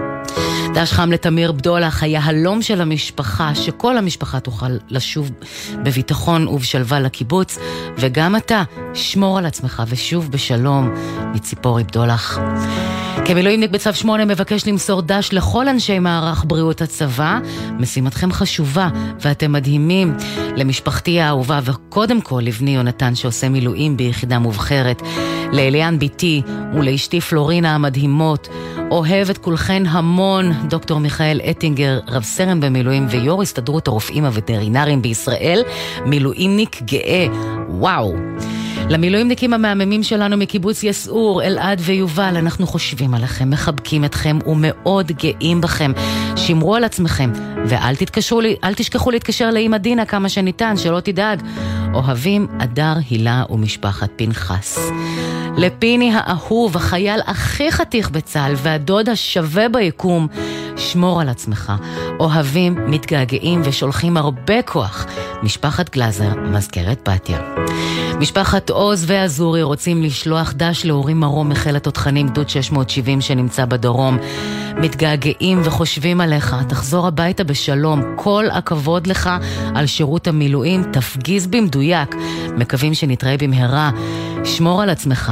G: דש חם לתמיר בדולח, היה הלום של המשפחה, שכל המשפחה תוכל לשוב בביטחון ובשלווה לקיבוץ, וגם אתה, שמור על עצמך ושוב בשלום, מציפורי בדולח. כמילואימניק בצו שמונה מבקש למסור דש לכל אנשי מערך בריאות הצבא, משימתכם חשובה ואתם מדהימים. למשפחתי האהובה וקודם כל לבני יונתן שעושה מילואים ביחידה מובחרת, לאליאן ביתי ולאשתי פלורינה המדהימות, אוהב את כולכן המון. דוקטור מיכאל אטינגר, רב סרן במילואים ויו"ר הסתדרות הרופאים הווטרינריים בישראל, מילואימניק גאה. וואו. למילואימניקים המהממים שלנו מקיבוץ יסעור, אלעד ויובל, אנחנו חושבים עליכם, מחבקים אתכם ומאוד גאים בכם. שמרו על עצמכם ואל תתקשרו לי, אל תשכחו להתקשר לאמא דינה כמה שניתן, שלא תדאג. אוהבים אדר, הילה ומשפחת פנחס. לפיני האהוב, החייל הכי חתיך בצהל והדוד השווה ביקום, שמור על עצמך. אוהבים, מתגעגעים ושולחים הרבה כוח. משפחת גלזר, מזכרת בתיה. משפחת עוז ואזורי רוצים לשלוח דש להורים מרום מחיל התותחנים גדוד שש מאות שבעים שנמצא בדרום. מתגעגעים וחושבים עליך, תחזור הביתה בשלום. כל הכבוד לך על שירות המילואים, תפגיז במדויק. מקווים שנתראה במהרה. שמור על עצמך.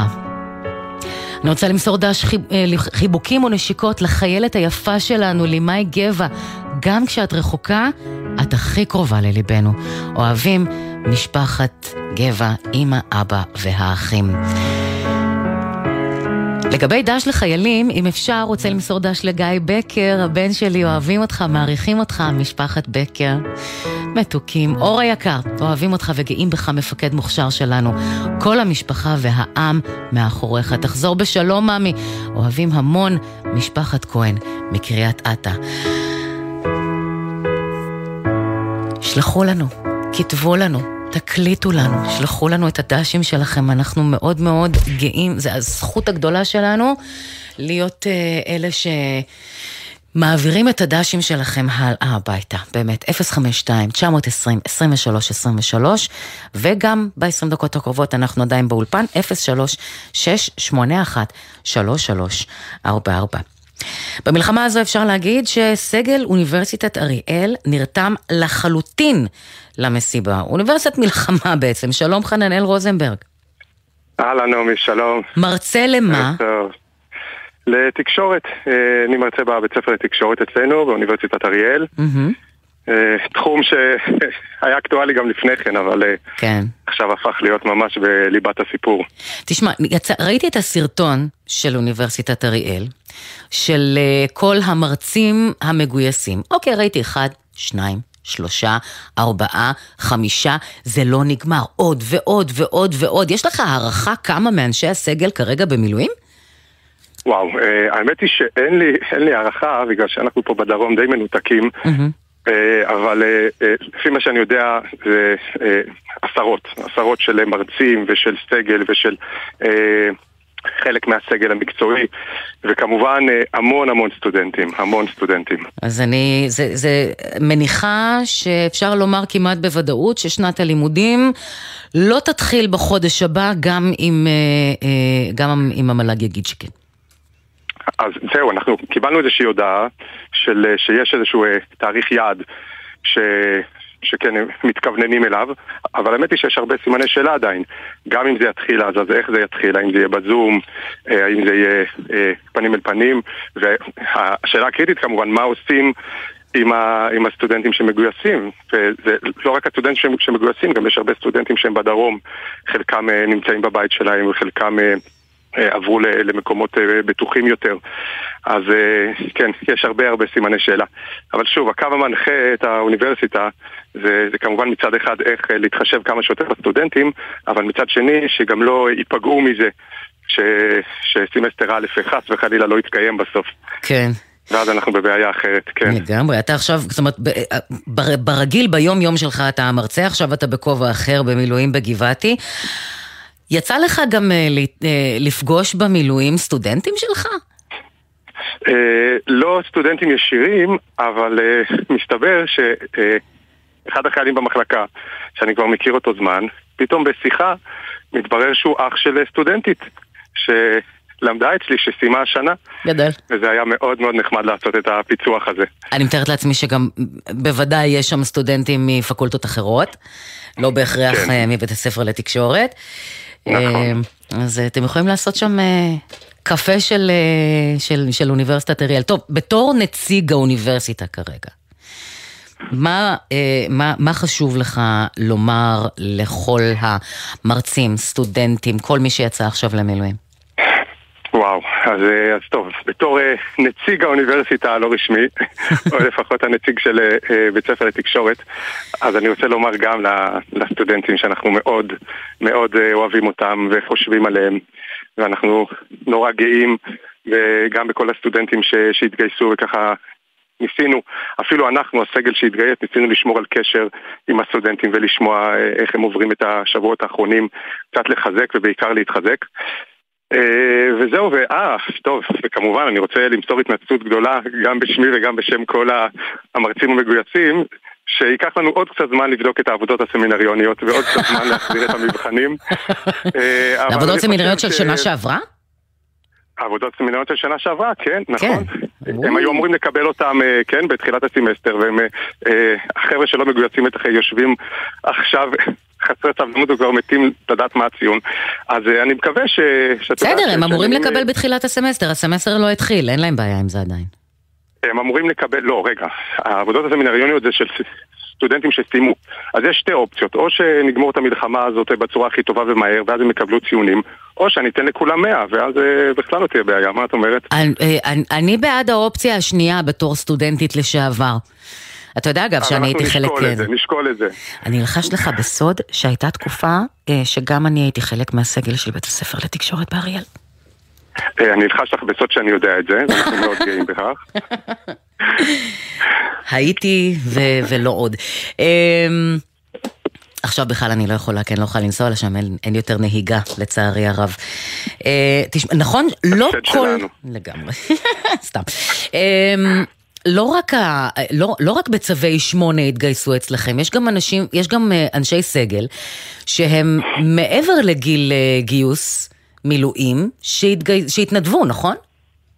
G: אני רוצה למסור דש חיבוקים ונשיקות לחיילת היפה שלנו, לימי גבע. גם כשאת רחוקה, את הכי קרובה לליבנו. אוהבים, משפחת גבע, אמא, אבא והאחים. לגבי דש לחיילים, אם אפשר, רוצה למסור דש לגיא בקר, הבן שלי, אוהבים אותך, מעריכים אותך, משפחת בקר. מתוקים, אור היקר, אוהבים אותך וגאים בך, מפקד מוכשר שלנו. כל המשפחה והעם מאחוריך. תחזור בשלום, ממי. אוהבים המון, משפחת כהן, מקריית אתא. שלחו לנו, כתבו לנו, תקליטו לנו, שלחו לנו את הדשים שלכם, אנחנו מאוד מאוד גאים, זה הזכות הגדולה שלנו, להיות uh, אלה שמעבירים את הדשים שלכם הלאה הביתה, באמת, אפס חמש שתיים תשע עשרים עשרים ושלוש עשרים ושלוש, וגם ב-עשרים דקות הקרובות אנחנו עדיין באולפן, אפס שלוש שש שמונה אחת שלוש שלוש ארבע ארבע. במלחמה הזו אפשר להגיד שסגל אוניברסיטת אריאל נרתם לחלוטין למסיבה. אוניברסיטת מלחמה בעצם. שלום חננאל רוזנברג.
D: אהלן נעמי, שלום.
G: מרצה למה?
D: טוב. לתקשורת. אני מרצה בבית ספר לתקשורת אצלנו, באוניברסיטת אריאל. תחום שהיה אקטואלי גם לפני כן, אבל
G: כן.
D: עכשיו הפך להיות ממש בליבת הסיפור.
G: תשמע, יצא, ראיתי את הסרטון של אוניברסיטת אריאל, של כל המרצים המגויסים. אוקיי, ראיתי אחד, שניים, שלושה, ארבעה, חמישה, זה לא נגמר. עוד ועוד ועוד ועוד. יש לך הערכה כמה מאנשי הסגל כרגע במילואים?
D: וואו, האמת היא שאין לי, אין לי הערכה, בגלל שאנחנו פה בדרום די מנותקים, אבל לפי מה שאני יודע זה עשרות, עשרות של מרצים ושל סגל ושל חלק מהסגל המקצועי, וכמובן המון המון סטודנטים, המון סטודנטים.
G: אז אני, זה, זה מניחה שאפשר לומר כמעט בוודאות ששנת הלימודים לא תתחיל בחודש הבא, גם אם, גם אם המל"ג יגיד שכן.
D: אז זהו, אנחנו קיבלנו איזושהי הודעה של, שיש איזשהו תאריך יעד ש... שכן הם מתכווננים אליו, אבל האמת היא שיש הרבה סימני שאלה עדיין. גם אם זה יתחיל אז, אז איך זה יתחיל? האם זה יהיה בזום? האם זה יהיה פנים אל פנים? והשאלה הקריטית כמובן, מה עושים עם, ה, עם הסטודנטים שמגויסים? וזה לא רק הסטודנטים שמגויסים, גם יש הרבה סטודנטים שהם בדרום. חלקם נמצאים בבית שלהם וחלקם עברו למקומות בטוחים יותר. אז כן, יש הרבה הרבה סימני שאלה. אבל שוב, הקו המנחה את האוניברסיטה זה, זה כמובן מצד אחד איך להתחשב כמה שיותר בסטודנטים, אבל מצד שני שגם לא ייפגעו מזה ש, שסמסטר א' חס וחלילה לא יתקיים בסוף.
G: כן.
D: ואז אנחנו בבעיה אחרת, כן.
G: לגמרי, אתה עכשיו, זאת אומרת, ברגיל ביום יום שלך אתה מרצה, עכשיו אתה בכובע אחר במילואים בגבעתי. יצא לך גם לפגוש במילואים סטודנטים שלך?
D: לא סטודנטים ישירים, אבל מסתבר שאחד החיילים במחלקה, שאני כבר מכיר אותו זמן, פתאום בשיחה מתברר שהוא אח של סטודנטית, שלמדה אצלי, שסיימה השנה.
G: גדל.
D: וזה היה מאוד מאוד נחמד לעשות את הפיצוח הזה.
G: אני מתארת לעצמי שגם בוודאי יש שם סטודנטים מפקולטות אחרות, לא בהכרח כן. מבית הספר לתקשורת.
D: נכון.
G: אז אתם יכולים לעשות שם קפה של, של, של אוניברסיטת אריאל. טוב, בתור נציג האוניברסיטה כרגע, מה, מה, מה חשוב לך לומר לכל המרצים, סטודנטים, כל מי שיצא עכשיו למילואים?
D: וואו, אז, אז טוב, בתור נציג האוניברסיטה הלא רשמי, או לפחות הנציג של בית ספר לתקשורת, אז אני רוצה לומר גם לסטודנטים שאנחנו מאוד מאוד אוהבים אותם וחושבים עליהם, ואנחנו נורא גאים, וגם בכל הסטודנטים שהתגייסו וככה ניסינו, אפילו אנחנו, הסגל שהתגייס, ניסינו לשמור על קשר עם הסטודנטים ולשמוע איך הם עוברים את השבועות האחרונים, קצת לחזק ובעיקר להתחזק. וזהו, ואה, טוב, וכמובן אני רוצה למסור התנצלות גדולה גם בשמי וגם בשם כל המרצים המגויסים, שיקח לנו עוד קצת זמן לבדוק את העבודות הסמינריוניות ועוד קצת זמן להחזיר את המבחנים.
G: העבודות סמינריוניות של שנה שעברה?
D: העבודות סמינריוניות של שנה שעברה, כן, נכון. הם היו אמורים לקבל אותם, כן, בתחילת הסמסטר, והם, החבר'ה שלא מגויסים את אחרי יושבים עכשיו חסרי סבלנות וכבר מתים לדעת מה הציון. אז אני מקווה ש...
G: בסדר, הם אמורים לקבל בתחילת הסמסטר, הסמסטר לא התחיל, אין להם בעיה עם זה עדיין.
D: הם אמורים לקבל, לא, רגע, העבודות הסמינריוניות זה של סטודנטים שסיימו. אז יש שתי אופציות, או שנגמור את המלחמה הזאת בצורה הכי טובה ומהר, ואז הם יקבלו ציונים, או שאני אתן לכולם מאה, ואז בכלל לא תהיה בעיה, מה את אומרת?
G: אני בעד האופציה השנייה בתור סטודנטית לשעבר. אתה יודע אגב שאני הייתי חלק...
D: נשקול את זה, נשקול את זה.
G: אני אלחש לך בסוד שהייתה תקופה שגם אני הייתי חלק מהסגל של בית הספר לתקשורת באריאל.
D: אני אלחש לך בסוד שאני יודע את זה, ואנחנו מאוד גאים בכך.
G: הייתי ולא עוד. עכשיו בכלל אני לא יכולה, כן, לא יכולה לנסוע לשם, אין יותר נהיגה, לצערי הרב. נכון, לא כל... לגמרי, סתם. לא רק, ה, לא, לא רק בצווי שמונה התגייסו אצלכם, יש גם אנשים, יש גם אנשי סגל שהם מעבר לגיל גיוס מילואים שהתגי, שהתנדבו, נכון?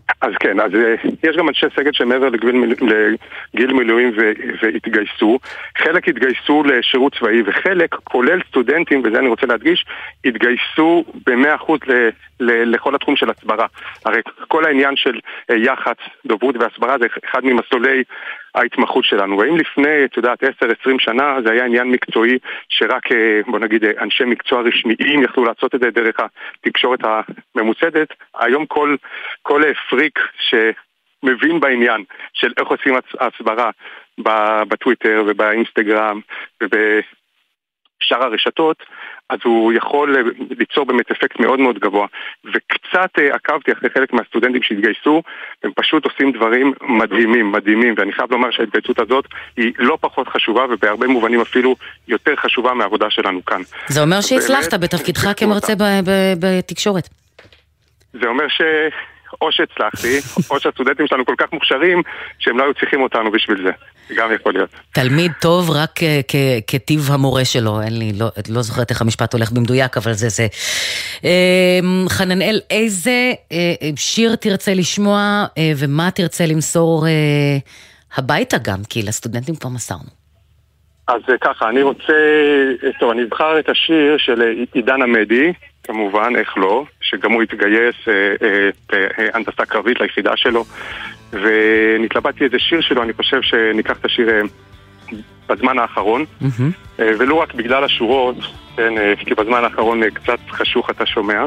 D: אז כן, אז יש גם אנשי סגל שמעבר לגיל, לגיל מילואים והתגייסו. חלק התגייסו לשירות צבאי, וחלק, כולל סטודנטים, וזה אני רוצה להדגיש, התגייסו ב-מאה אחוז ל- ל- לכל התחום של הסברה. הרי כל העניין של יח"צ, דוברות והסברה, זה אחד ממסלולי ההתמחות שלנו. ואם לפני, את יודעת, עשר עשרים שנה, זה היה עניין מקצועי שרק, בוא נגיד, אנשי מקצוע רשמיים יכלו לעשות את זה דרך התקשורת הממוסדת. היום כל, כל פריק שמבין בעניין של איך עושים הסברה בטוויטר ובאינסטגרם ובשאר הרשתות, אז הוא יכול ליצור באמת אפקט מאוד מאוד גבוה. וקצת עקבתי אחרי חלק מהסטודנטים שהתגייסו, הם פשוט עושים דברים מדהימים, מדהימים, ואני חייב לומר שההתגייסות הזאת היא לא פחות חשובה, ובהרבה מובנים אפילו יותר חשובה מהעבודה שלנו כאן.
G: זה אומר שהצלחת בתפקידך כמרצה בתקשורת.
D: זה אומר ש... או שהצלחתי, או שהסטודנטים שלנו כל כך מוכשרים, שהם לא היו צריכים אותנו בשביל זה. גם יכול להיות.
G: תלמיד טוב רק כטיב המורה שלו, אין לי, לא, לא זוכרת איך המשפט הולך במדויק, אבל זה זה. חננאל, איזה שיר תרצה לשמוע, ומה תרצה למסור הביתה גם, כי לסטודנטים כבר מסרנו.
D: אז ככה, אני רוצה, טוב, אני אבחר את השיר של עידן עמדי, כמובן, איך לא, שגם הוא התגייס בהנדסה קרבית ליחידה שלו, ונתלבטתי איזה שיר שלו, אני חושב שניקח את השיר בזמן האחרון, ולא רק בגלל השורות, כי בזמן האחרון קצת חשוך אתה שומע,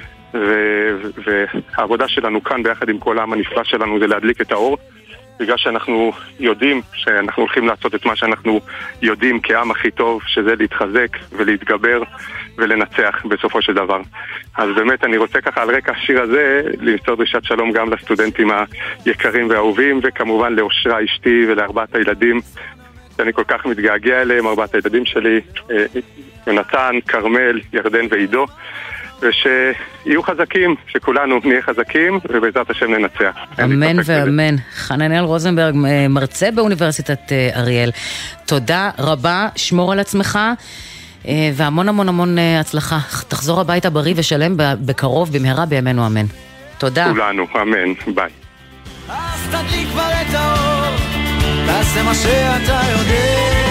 D: והעבודה שלנו כאן ביחד עם כל העם הנפלא שלנו זה להדליק את האור, בגלל שאנחנו יודעים שאנחנו הולכים לעשות את מה שאנחנו יודעים כעם הכי טוב, שזה להתחזק ולהתגבר ולנצח בסופו של דבר. אז באמת אני רוצה ככה על רקע השיר הזה למסור דרישת שלום גם לסטודנטים היקרים והאהובים, וכמובן לאושרה אשתי ולארבעת הילדים שאני כל כך מתגעגע אליהם, ארבעת הילדים שלי, יונתן, קרמל, ירדן ועידו, ושיהיו חזקים, שכולנו נהיה חזקים, ובעזרת השם ננצח.
G: אמן ואמן. חננאל רוזנברג, מרצה באוניברסיטת אריאל, תודה רבה, שמור על עצמך, והמון המון המון הצלחה. תחזור הביתה בריא ושלם בקרוב, במהרה בימינו אמן. תודה.
D: כולנו, אמן, ביי.
P: אז תדליק כבר את האור, תעשה מה שאתה יודע.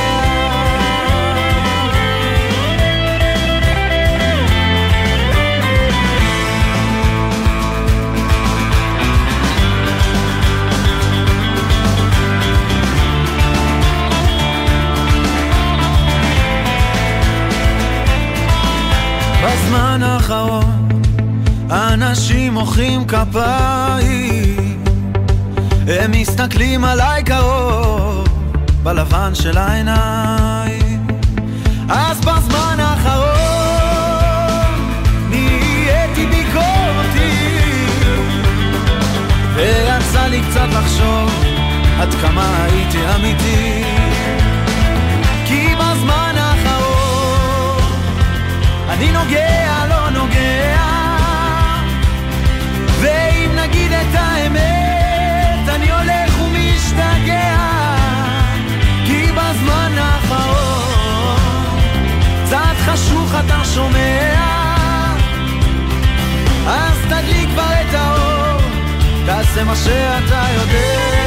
P: בזמן האחרון אנשים מוחאים כפיים, הם מסתכלים עליי קרוב בלבן של העיניים. אז בזמן האחרון נהייתי ביקורתי, ויצא לי קצת לחשוב עד כמה הייתי אמיתי. כי בזמן האחרון אני נוגע, לא נוגע, ואם נגיד את האמת אני הולך ומשתגע. כי בזמן האחרון קצת חשוך אתה שומע, אז תדליק כבר את האור, תעשה מה שאתה יודע.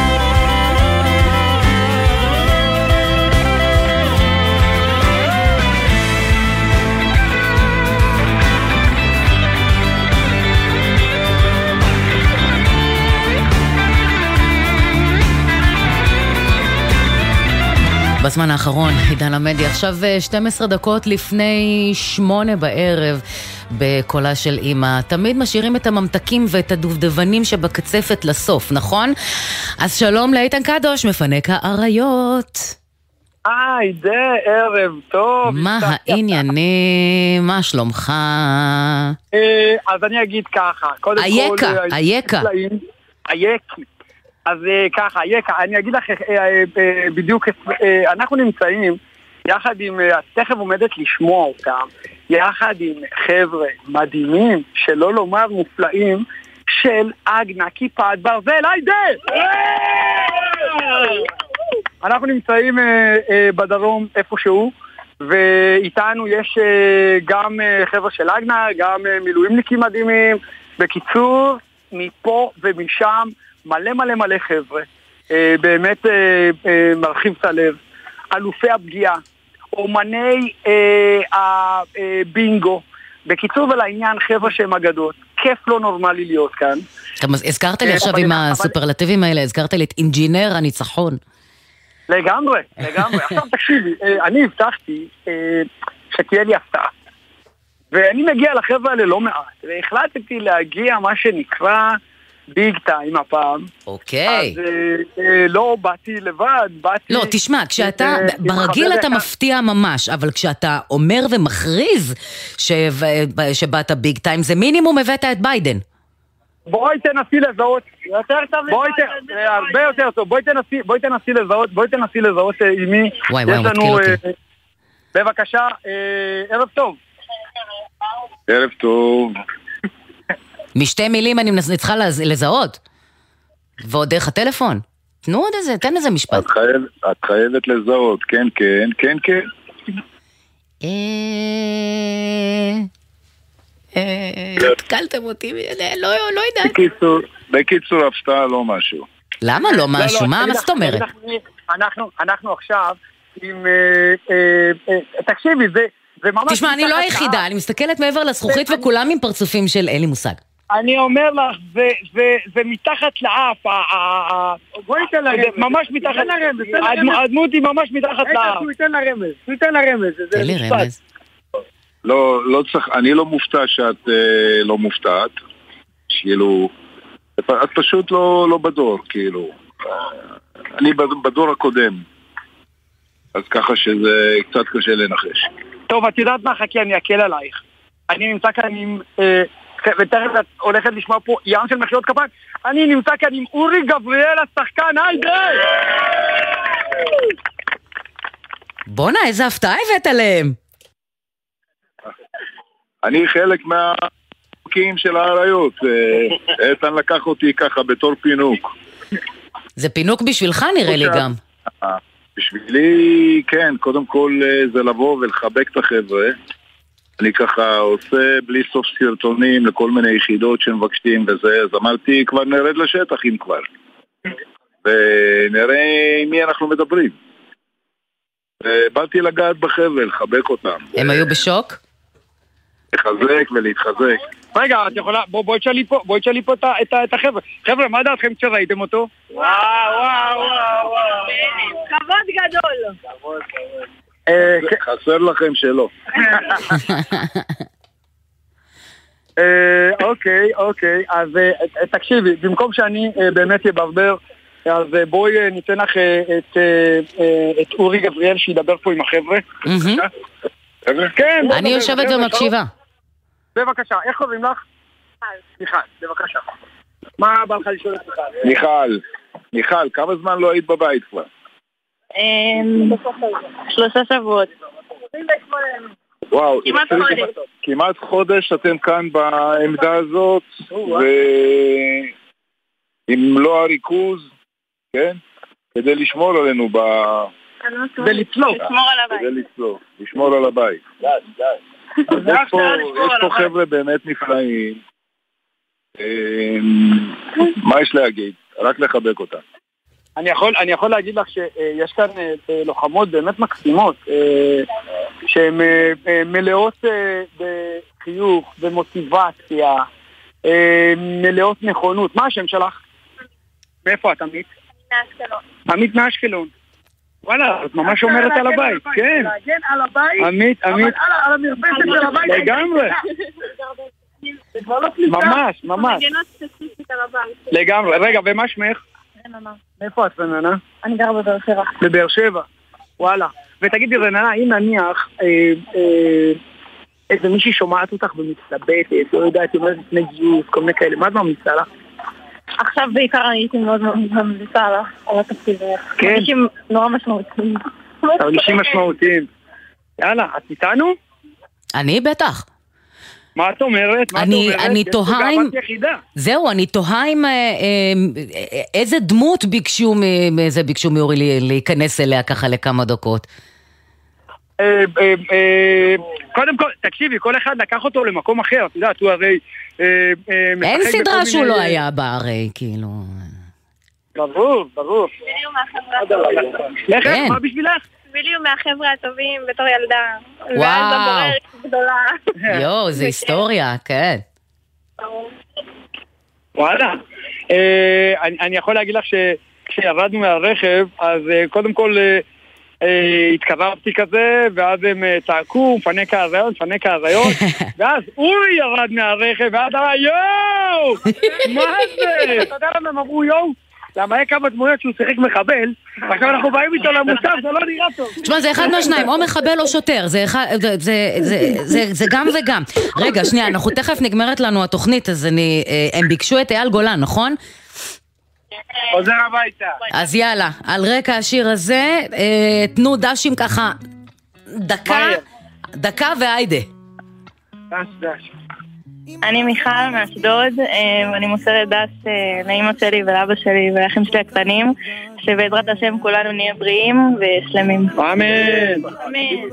G: בזמן האחרון, עידן עמדי, עכשיו שתים עשרה דקות לפני שמונה בערב בקולה של אמא. תמיד משאירים את הממתקים ואת הדובדבנים שבקצפת לסוף, נכון? אז שלום לאיתן קדוש, מפנק האריות.
B: היי, דה, ערב טוב.
G: מה העניינים? מה שלומך?
B: אז אני אגיד ככה.
G: איקה, איקה.
B: איקי. אז ככה, יקה, אני אגיד לך בדיוק, אנחנו נמצאים יחד עם, תכף עומדת לשמוע אותם, יחד עם חבר'ה מדהימים, שלא לומר מופלאים, של אגנה כיפת ברזל, היידה! אנחנו נמצאים בדרום איפשהו, ואיתנו יש גם חבר'ה של אגנה, גם מילואימניקים מדהימים. בקיצור, מפה ומשם, מלא מלא מלא חבר'ה, אה, באמת אה, אה, מרחיב את הלב, אלופי הפגיעה, אומני אה, הבינגו, בקיצור ולעניין חבר'ה שהם אגדות, כיף לא נורמלי להיות כאן.
G: הזכרת לי עכשיו עם הסופרלטיבים האלה, הזכרת לי את אינג'ינר הניצחון.
B: לגמרי, לגמרי. עכשיו תקשיבי, אני הבטחתי שתהיה לי הפתעה. ואני מגיע לחבר'ה האלה לא מעט, והחלטתי להגיע מה שנקרא ביג טיים הפעם.
G: אוקיי.
B: אז לא באתי לבד, באתי...
G: לא, תשמע, כשאתה, ברגיל אתה מפתיע ממש, אבל כשאתה אומר ומכריז שבאת ביג טיים, זה מינימום הבאת את ביידן.
B: בואי תנסי לזהות, יותר טוב לביידן, הרבה יותר טוב, בואי תנסי, בואי תנסי לזהות, בואי תנסי לזהות עם מי.
G: וואי וואי, מתקיל אותי.
B: בבקשה, ערב טוב.
C: ערב טוב.
G: משתי מילים אני צריכה לזהות. ועוד דרך הטלפון. תנו עוד איזה, תן איזה משפט.
C: את, חייב, את חייבת לזהות, כן, כן, כן, כן.
G: התקלתם אותי, לא יודעת.
C: בקיצור, בקיצור, הפתעה לא משהו.
G: למה לא משהו? מה זאת אומרת?
B: אנחנו עכשיו עם... תקשיבי, זה...
G: תשמע, אני לא היחידה, אני מסתכלת מעבר לזכוכית וכולם עם פרצופים של אין לי מושג.
B: אני אומר לך, זה מתחת לאף, בואי ניתן לרמז, ממש מתחת לרמז, הדמות היא ממש מתחת לאף. הוא ייתן לרמז, הוא ייתן לרמז, זה משפט.
C: לא, לא צריך, אני לא מופתע שאת לא מופתעת, כאילו, את פשוט לא בדור, כאילו, אני בדור הקודם, אז ככה שזה קצת קשה לנחש.
B: טוב, את יודעת מה? חכי, אני אקל עלייך. אני נמצא כאן עם... ותכף את הולכת לשמוע פה ים של מחיאות כפיים. אני נמצא כאן עם אורי גבריאל, השחקן, היי די!
G: בונה, איזה הפתעה הבאת עליהם.
C: אני חלק מהחוקים של העריות. איתן לקח אותי ככה בתור פינוק.
G: זה פינוק בשבילך נראה לי גם.
C: בשבילי, כן, קודם כל זה לבוא ולחבק את החבר'ה. אני ככה עושה בלי סוף סרטונים לכל מיני יחידות שמבקשים וזה, אז אמרתי, כבר נרד לשטח אם כבר. ונראה עם מי אנחנו מדברים. באתי לגעת בחבר'ה, לחבק אותם.
G: הם היו בשוק?
C: לחזק ולהתחזק.
B: רגע, את יכולה, בואי תשאלי פה, בואי תשאלי פה את החבר'ה. חבר'ה, מה דעתכם כשראיתם אותו? וואו, וואו, וואו, וואו.
V: כבוד גדול.
B: כבוד, כבוד.
C: חסר לכם שלא.
B: אוקיי, אוקיי, אז תקשיבי, במקום שאני באמת יברבר, אז בואי ניתן לך את אורי גבריאל שידבר פה עם החבר'ה.
G: כן, אני יושבת ומקשיבה.
B: בבקשה, איך קוראים לך? מיכל, בבקשה. מה בא לך לשאול את מיכל?
C: מיכל, מיכל, כמה זמן לא היית בבית כבר?
V: שלושה שבועות.
C: וואו, כמעט חודש. כמעט חודש אתם כאן בעמדה הזאת, ועם מלוא הריכוז, כן? כדי לשמור עלינו ב...
B: כדי לצלור.
V: לשמור על הבית.
C: כדי לצלור, לשמור על הבית. יש פה חבר'ה באמת נפלאים. מה יש להגיד? רק לחבק אותה.
B: אני יכול, אני יכול להגיד לך שיש כאן לוחמות באמת מקסימות, שהן מלאות בחיוך, במוטיבציה, מלאות נכונות. מה השם שלך? מאיפה את, עמית?
V: מאשקלון.
B: עמית מאשקלון. וואלה, את ממש אומרת על הבית, כן. להגן על הבית, עמית, עמית. אבל על המרפסת של הבית. לגמרי. ממש, ממש.
V: מגנות ספציפית על הבית.
B: לגמרי. רגע, ומה שמך?
V: רננה.
B: מאיפה את, רננה?
V: אני גרה בבאר שבע.
B: בבאר שבע, וואלה. ותגידי, רננה, אם נניח איזה מישהי שומעת אותך ומצטבטת, לא יודעת, אומרת לפני גיוס, כל מיני כאלה, מה את ממליצה לך?
V: עכשיו בעיקר הייתי מאוד ממליצה על התפקיד.
B: כן.
V: מרגישים נורא משמעותיים.
B: מרגישים משמעותיים. יאללה, את איתנו?
G: אני בטח.
B: מה את אומרת?
G: אני, אני תוהה עם... זהו, אני תוהה עם איזה דמות ביקשו, מאיזה ביקשו מאורי להיכנס אליה ככה לכמה דקות.
B: קודם כל, תקשיבי, כל אחד לקח אותו למקום אחר, אתה יודעת, הוא הרי...
G: אין סדרה שהוא לא היה בה הרי, כאילו...
B: ברור, ברור.
V: ביליו מהחברה
B: הטובים. מה בשבילך?
V: ביליו מהחברה הטובים בתור ילדה.
G: וואו.
V: ואז בבוררת גדולה.
G: יו, זה היסטוריה, כן.
B: וואלה. אני יכול להגיד לך שכשירדנו מהרכב, אז קודם כל התקרבתי כזה, ואז הם צעקו, מפנק ההריון, מפנק ההריון, ואז הוא ירד מהרכב, ואז אמר, יואו! מה זה? אתה יודע למה הם אמרו יואו? למה היה כמה דמויות שהוא שיחק מחבל, עכשיו אנחנו באים איתו למוסף, זה לא נראה טוב.
G: תשמע, זה אחד מהשניים, או מחבל או שוטר, זה גם וגם. רגע, שנייה, אנחנו תכף נגמרת לנו התוכנית, אז הם ביקשו את אייל גולן, נכון?
B: עוזר הביתה.
G: אז יאללה, על רקע השיר הזה, תנו דשים ככה, דקה, דקה והיידה.
B: דש, דש.
V: אני מיכל מאשדוד, ואני מוסרת דש לאמא שלי ולאבא שלי ולאחים שלי הקטנים, שבעזרת השם כולנו נהיה בריאים ושלמים.
B: אמן.
V: אמן.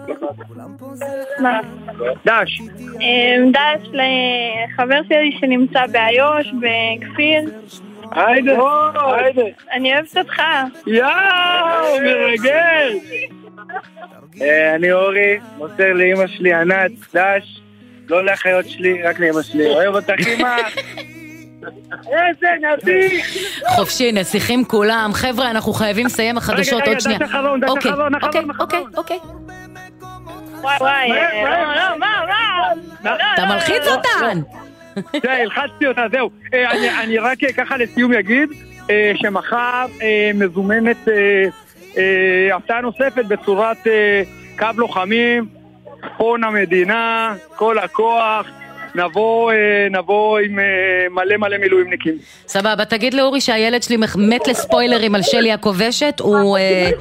B: דש.
V: דש לחבר שלי שנמצא באיו"ש, בכפיר.
B: היידה, היידה.
V: אני אוהבת אותך.
B: יאו, מרגש. אני אורי, מוסר לאמא שלי ענת, דש. לא לאחיות שלי, רק לאמא שלי. אוהב אותך אמא. איזה נביך.
G: חופשי, נסיכים כולם. חבר'ה, אנחנו חייבים לסיים החדשות עוד שנייה.
B: דש אחרון, דש אחרון, אחרון,
G: אוקיי, אוקיי.
V: וואי וואי, לא, לא, מה, מה?
G: אתה מלחיץ אותן.
B: זהו, הלחצתי אותה, זהו. אני רק ככה לסיום יגיד, שמחר מזומנת הפתעה נוספת בצורת קו לוחמים, צפון המדינה, כל הכוח, נבוא, נבוא עם מלא מלא מילואימניקים.
G: סבבה, תגיד לאורי שהילד שלי מת לספוילרים על שלי הכובשת, הוא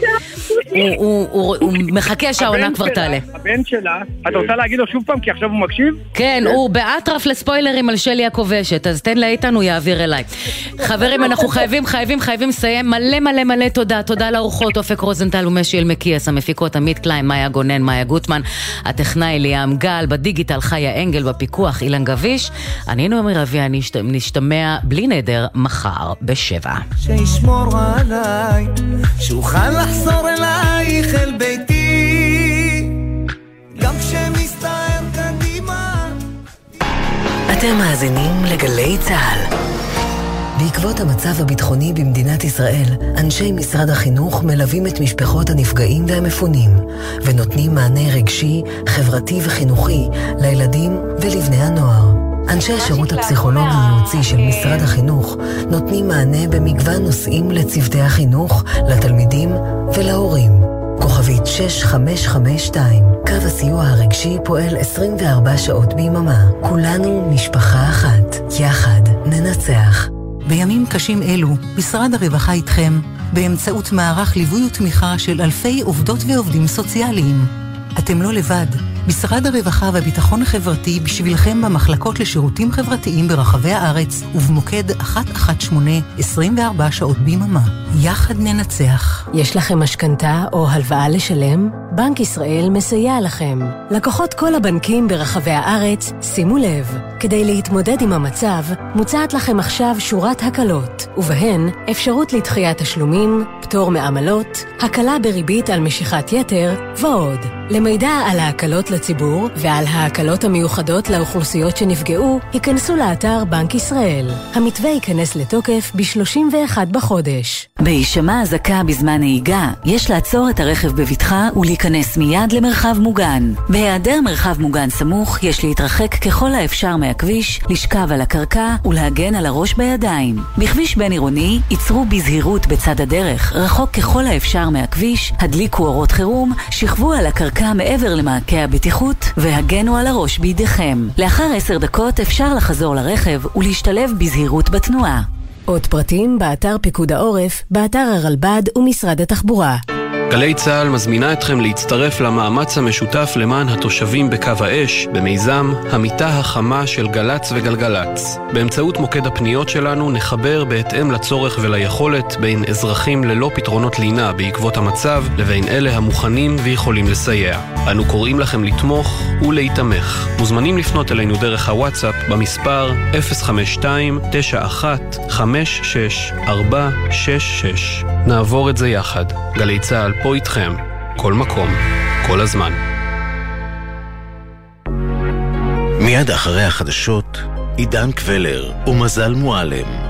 G: מחכה שהעונה כבר תעלה.
B: הבן שלה, אתה רוצה להגיד לו שוב פעם כי עכשיו הוא מקשיב?
G: כן, הוא באטרף לספוילרים על שלי הכובשת, אז תן לאיתן, הוא יעביר אליי. חברים, אנחנו חייבים, חייבים, חייבים לסיים. מלא מלא מלא תודה, תודה לאורחות אופק רוזנטל ומשי אלמקיאס, המפיקות עמית קליין, מאיה גונן, מאיה גוטמן, הטכנאי ליאם גל, בדיגיטל חיה אנגל, בפיקוח אילן גביש. אני נעמי רביע, נשתמע בלי נדר מחר בשבע.
P: שישמור עליי, שאוכל לחזור אלייך אל ביתי, גם כשמסתער קדימה.
E: אתם מאזינים לגלי צהל. בעקבות המצב הביטחוני במדינת ישראל, אנשי משרד החינוך מלווים את משפחות הנפגעים והמפונים, ונותנים מענה רגשי, חברתי וחינוכי לילדים ולבני הנוער. אנשי השירות הפסיכולוגי-ייעוצי של משרד החינוך נותנים מענה במגוון נושאים לצוותי החינוך, לתלמידים ולהורים. כוכבית שש חמש חמש שתיים. קו הסיוע הרגשי פועל עשרים וארבע שעות ביממה. כולנו משפחה אחת. יחד ננצח.
H: בימים קשים אלו, משרד הרווחה איתכם, באמצעות מערך ליווי ותמיכה של אלפי עובדות ועובדים סוציאליים. אתם לא לבד. משרד הרווחה והביטחון החברתי בשבילכם במחלקות לשירותים חברתיים ברחבי הארץ ובמוקד אחת אחת שמונה עשרים וארבע שעות ביממה. יחד ננצח.
W: יש לכם משכנתה או הלוואה לשלם? בנק ישראל מסייע לכם. לקוחות כל הבנקים ברחבי הארץ, שימו לב, כדי להתמודד עם המצב, מוצעת לכם עכשיו שורת הקלות, ובהן אפשרות לדחיית תשלומים, פטור מעמלות, הקלה בריבית על משיכת יתר ועוד. למידע על ההקלות לציבור ועל ההקלות המיוחדות לאוכלוסיות שנפגעו, היכנסו לאתר בנק ישראל. המתווה ייכנס לתוקף ב-שלושים ואחד בחודש.
X: בהישמע אזעקה בזמן נהיגה, יש לעצור את הרכב בבטחה ולהיכנס מיד למרחב מוגן. בהיעדר מרחב מוגן סמוך, יש להתרחק ככל האפשר מהכביש, לשכב על הקרקע ולהגן על הראש בידיים. בכביש בין עירוני, ייצרו בזהירות בצד הדרך, רחוק ככל האפשר מהכביש, הדליקו אורות חירום, שכבו על הקרקע מעבר למעקה הבטיחות והגנו על הראש בידיכם. לאחר עשר דקות אפשר לחזור לרכב ולהשתלב בזהירות בתנועה.
W: עוד פרטים באתר פיקוד העורף, באתר הרלב"ד ומשרד התחבורה.
F: גלי צהל מזמינה אתכם להצטרף למאמץ המשותף למען התושבים בקו האש במיזם המיטה החמה של גלץ וגלגלץ. באמצעות מוקד הפניות שלנו נחבר בהתאם לצורך וליכולת בין אזרחים ללא פתרונות לינה בעקבות המצב לבין אלה המוכנים ויכולים לסייע. אנו קוראים לכם לתמוך ולהתמך. מוזמנים לפנות אלינו דרך הוואטסאפ במספר אפס חמש שתיים תשע אחת חמש שש ארבע שש שש. נעבור את זה יחד. גלי צהל פה איתכם, כל מקום, כל הזמן.
O: מיד אחרי החדשות, עידן קבלר ומזל מועלם.